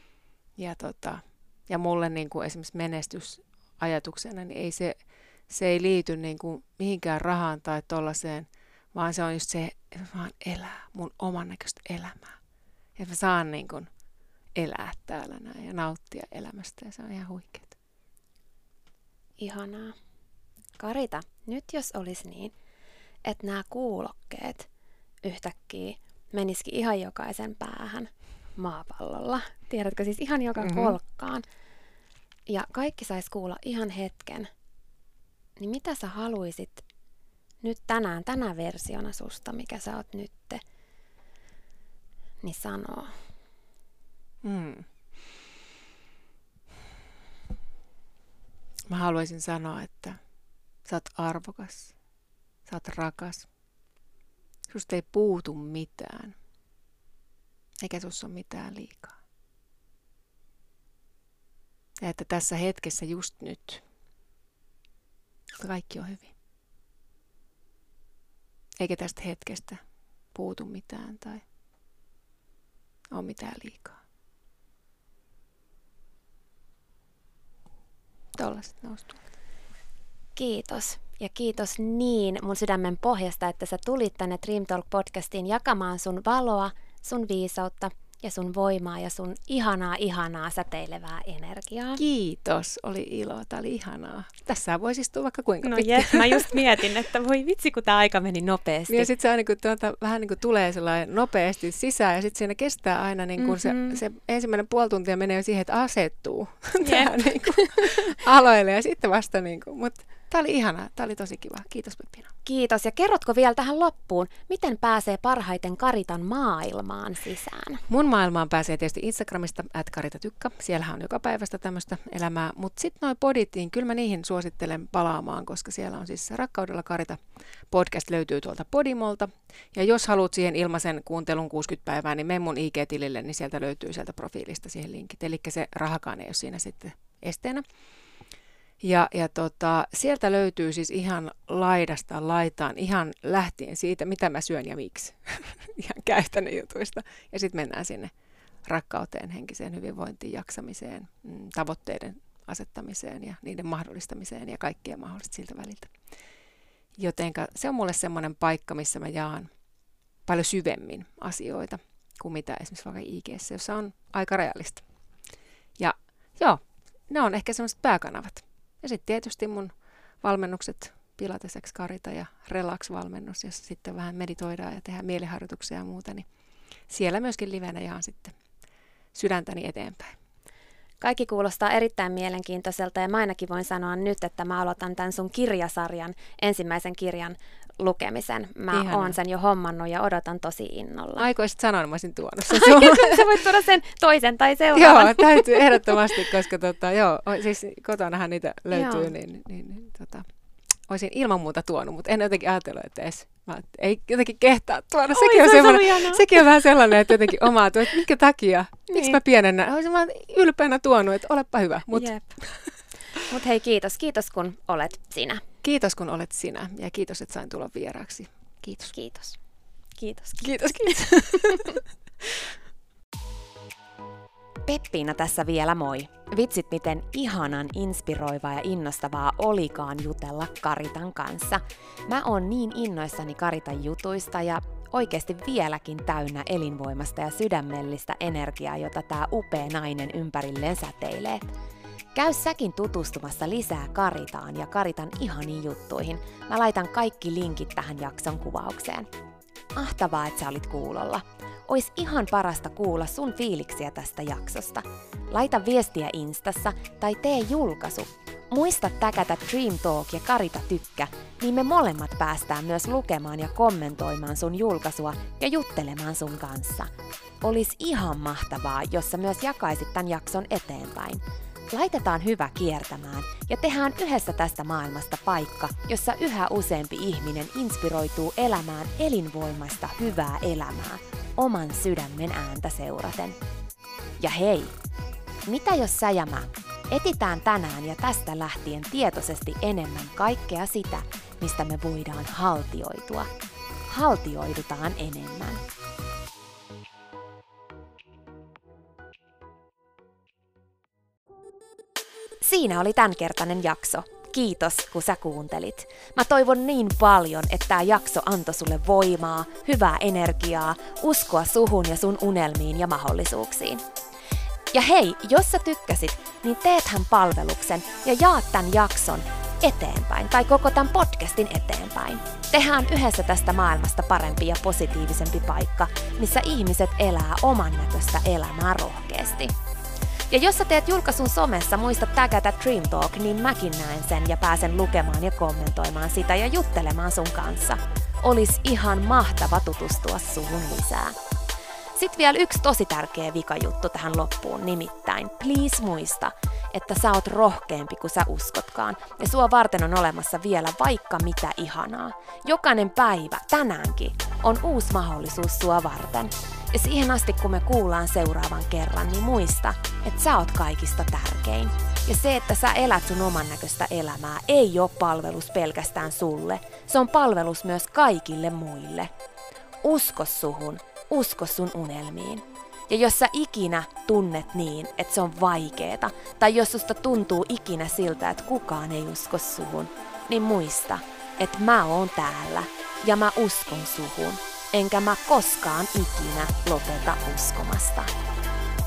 Ja mulle niin kuin esimerkiksi menestysajatuksena, niin se ei liity niin kuin mihinkään rahaan tai tollaiseen, vaan se on just se, että mä vaan elää mun oman näköistä elämää. Että mä saan niin kuin elää täällä näin ja nauttia elämästä, ja se on ihan huikeeta. Ihanaa. Karita, nyt jos olisi niin, että nämä kuulokkeet yhtäkkiä menisikin ihan jokaisen päähän maapallolla. Tiedätkö, siis ihan joka kolkkaan. Ja kaikki sais kuulla ihan hetken. Niin mitä sä haluisit nyt tänä versiona susta, mikä sä oot nytte, niin sanoo? Mä haluaisin sanoa, että sä oot arvokas. Sä oot rakas. Susta ei puutu mitään. Eikä sussa ole mitään liikaa. Ja että tässä hetkessä just nyt kaikki on hyvin. Eikä tästä hetkestä puutu mitään tai ole mitään liikaa. Tollaiset nousi tuolta. Kiitos. Ja kiitos niin mun sydämen pohjasta, että sä tulit tänne Dream Talk-podcastiin jakamaan sun valoa, sun viisautta ja sun voimaa ja sun ihanaa säteilevää energiaa. Kiitos, oli ilo, tää oli ihanaa. Tässä voisi istua vaikka kuinka pitkään. Mä just mietin, että voi vitsi, kun tää aika meni nopeasti. Ja sitten se aina, vähän niin kuin tulee sellainen nopeasti sisään ja sitten siinä kestää aina niin kuin se ensimmäinen puoli tuntia menee siihen, että asettuu tähän niin kuin aloille ja sitten vasta niin kuin, Tämä oli ihanaa. Tämä oli tosi kiva. Kiitos Peppina. Kiitos. Ja kerrotko vielä tähän loppuun, miten pääsee parhaiten Karitan maailmaan sisään? Mun maailmaan pääsee tietysti Instagramista @karitatykkä. Siellähän on joka päivästä tämmöistä elämää. Mutta sitten noi podit, niin kyllä mä niihin suosittelen palaamaan, koska siellä on siis Rakkaudella Karita podcast löytyy tuolta Podimolta. Ja jos haluat siihen ilmaisen kuuntelun 60 päivää, niin mene mun IG-tilille, niin sieltä löytyy sieltä profiilista siihen linkit. Eli se rahakaan ei ole siinä sitten esteenä. Ja sieltä löytyy siis ihan laidasta laitaan, ihan lähtien siitä, mitä mä syön ja miksi. Ihan käytännön jutuista. Ja sitten mennään sinne rakkauteen, henkiseen hyvinvointiin, jaksamiseen, tavoitteiden asettamiseen ja niiden mahdollistamiseen ja kaikkea mahdollista siltä väliltä. Jotenka se on mulle semmoinen paikka, missä mä jaan paljon syvemmin asioita kuin mitä esimerkiksi vaikka IG:ssä, jossa on aika rajallista. Ja joo, ne on ehkä semmoiset pääkanavat. Ja sitten tietysti mun valmennukset Pilates X Karita ja Relax-valmennus, jossa sitten vähän meditoidaan ja tehdään mieliharjoituksia ja muuta, niin siellä myöskin livenä jaan sitten sydäntäni eteenpäin. Kaikki kuulostaa erittäin mielenkiintoiselta ja mä ainakin voin sanoa nyt, että mä aloitan tämän sun kirjasarjan, ensimmäisen kirjan lukemisen. Mä oon sen jo hommannut ja odotan tosi innolla. Aikoisit sanoa, mä olisin tuonut sen. Sä voit tuoda sen toisen tai seuraavan. Joo, täytyy ehdottomasti, koska siis kotonahan niitä löytyy, niin olisin ilman muuta tuonut, mutta en jotenkin ajatellut, että ei jotenkin kehtaa tuoda. Sekin on vähän sellainen, että jotenkin omaa tuo, että minkä takia, miksi mä pienennä. Olisin vaan ylpeänä tuonut, että olepa hyvä. Mut hei, kiitos kun olet sinä. Kiitos kun olet sinä ja kiitos, että sain tulla vieraaksi. Kiitos. Kiitos. Peppiina tässä vielä moi. Vitsit miten ihanan inspiroivaa ja innostavaa olikaan jutella Karitan kanssa. Mä oon niin innoissani Karitan jutuista ja oikeasti vieläkin täynnä elinvoimasta ja sydämellistä energiaa, jota tää upea nainen ympärilleen säteilee. Käy säkin tutustumassa lisää Karitaan ja Karitan ihaniin juttuihin. Mä laitan kaikki linkit tähän jakson kuvaukseen. Mahtavaa, että sä olit kuulolla. Ois ihan parasta kuulla sun fiiliksiä tästä jaksosta. Laita viestiä Instassa tai tee julkaisu. Muista täkätä Dream Talk ja Karita Tykkä, niin me molemmat päästään myös lukemaan ja kommentoimaan sun julkaisua ja juttelemaan sun kanssa. Olis ihan mahtavaa, jos sä myös jakaisit tän jakson eteenpäin. Laitetaan hyvä kiertämään ja tehdään yhdessä tästä maailmasta paikka, jossa yhä useampi ihminen inspiroituu elämään elinvoimaista hyvää elämää, oman sydämen ääntä seuraten. Ja hei, mitä jos sä ja mä etitään tänään ja tästä lähtien tietoisesti enemmän kaikkea sitä, mistä me voidaan haltioitua. Haltioidutaan enemmän. Siinä oli tämänkertainen jakso. Kiitos, kun sä kuuntelit. Mä toivon niin paljon, että tää jakso antoi sulle voimaa, hyvää energiaa, uskoa suhun ja sun unelmiin ja mahdollisuuksiin. Ja hei, jos sä tykkäsit, niin teethän palveluksen ja jaat tän jakson eteenpäin tai koko tämän podcastin eteenpäin. Tehdään yhdessä tästä maailmasta parempi ja positiivisempi paikka, missä ihmiset elää oman näköistä elämää rohkeasti. Ja jos sä teet julkaisun somessa, muista tägätä Dream Talk, niin mäkin näen sen ja pääsen lukemaan ja kommentoimaan sitä ja juttelemaan sun kanssa. Olis ihan mahtava tutustua suhun lisää. Sitten vielä yksi tosi tärkeä vikajuttu tähän loppuun, nimittäin please muista, että sä oot rohkeampi kuin sä uskotkaan ja sua varten on olemassa vielä vaikka mitä ihanaa. Jokainen päivä, tänäänkin, on uusi mahdollisuus sua varten. Ja siihen asti kun me kuullaan seuraavan kerran, niin muista, että sä oot kaikista tärkein. Ja se, että sä elät sun oman näköistä elämää, ei ole palvelus pelkästään sulle. Se on palvelus myös kaikille muille. Usko suhun. Usko sun unelmiin. Ja jos sä ikinä tunnet niin, että se on vaikeeta, tai jos susta tuntuu ikinä siltä, että kukaan ei usko suhun, niin muista, että mä oon täällä ja mä uskon suhun, enkä mä koskaan ikinä lopeta uskomasta.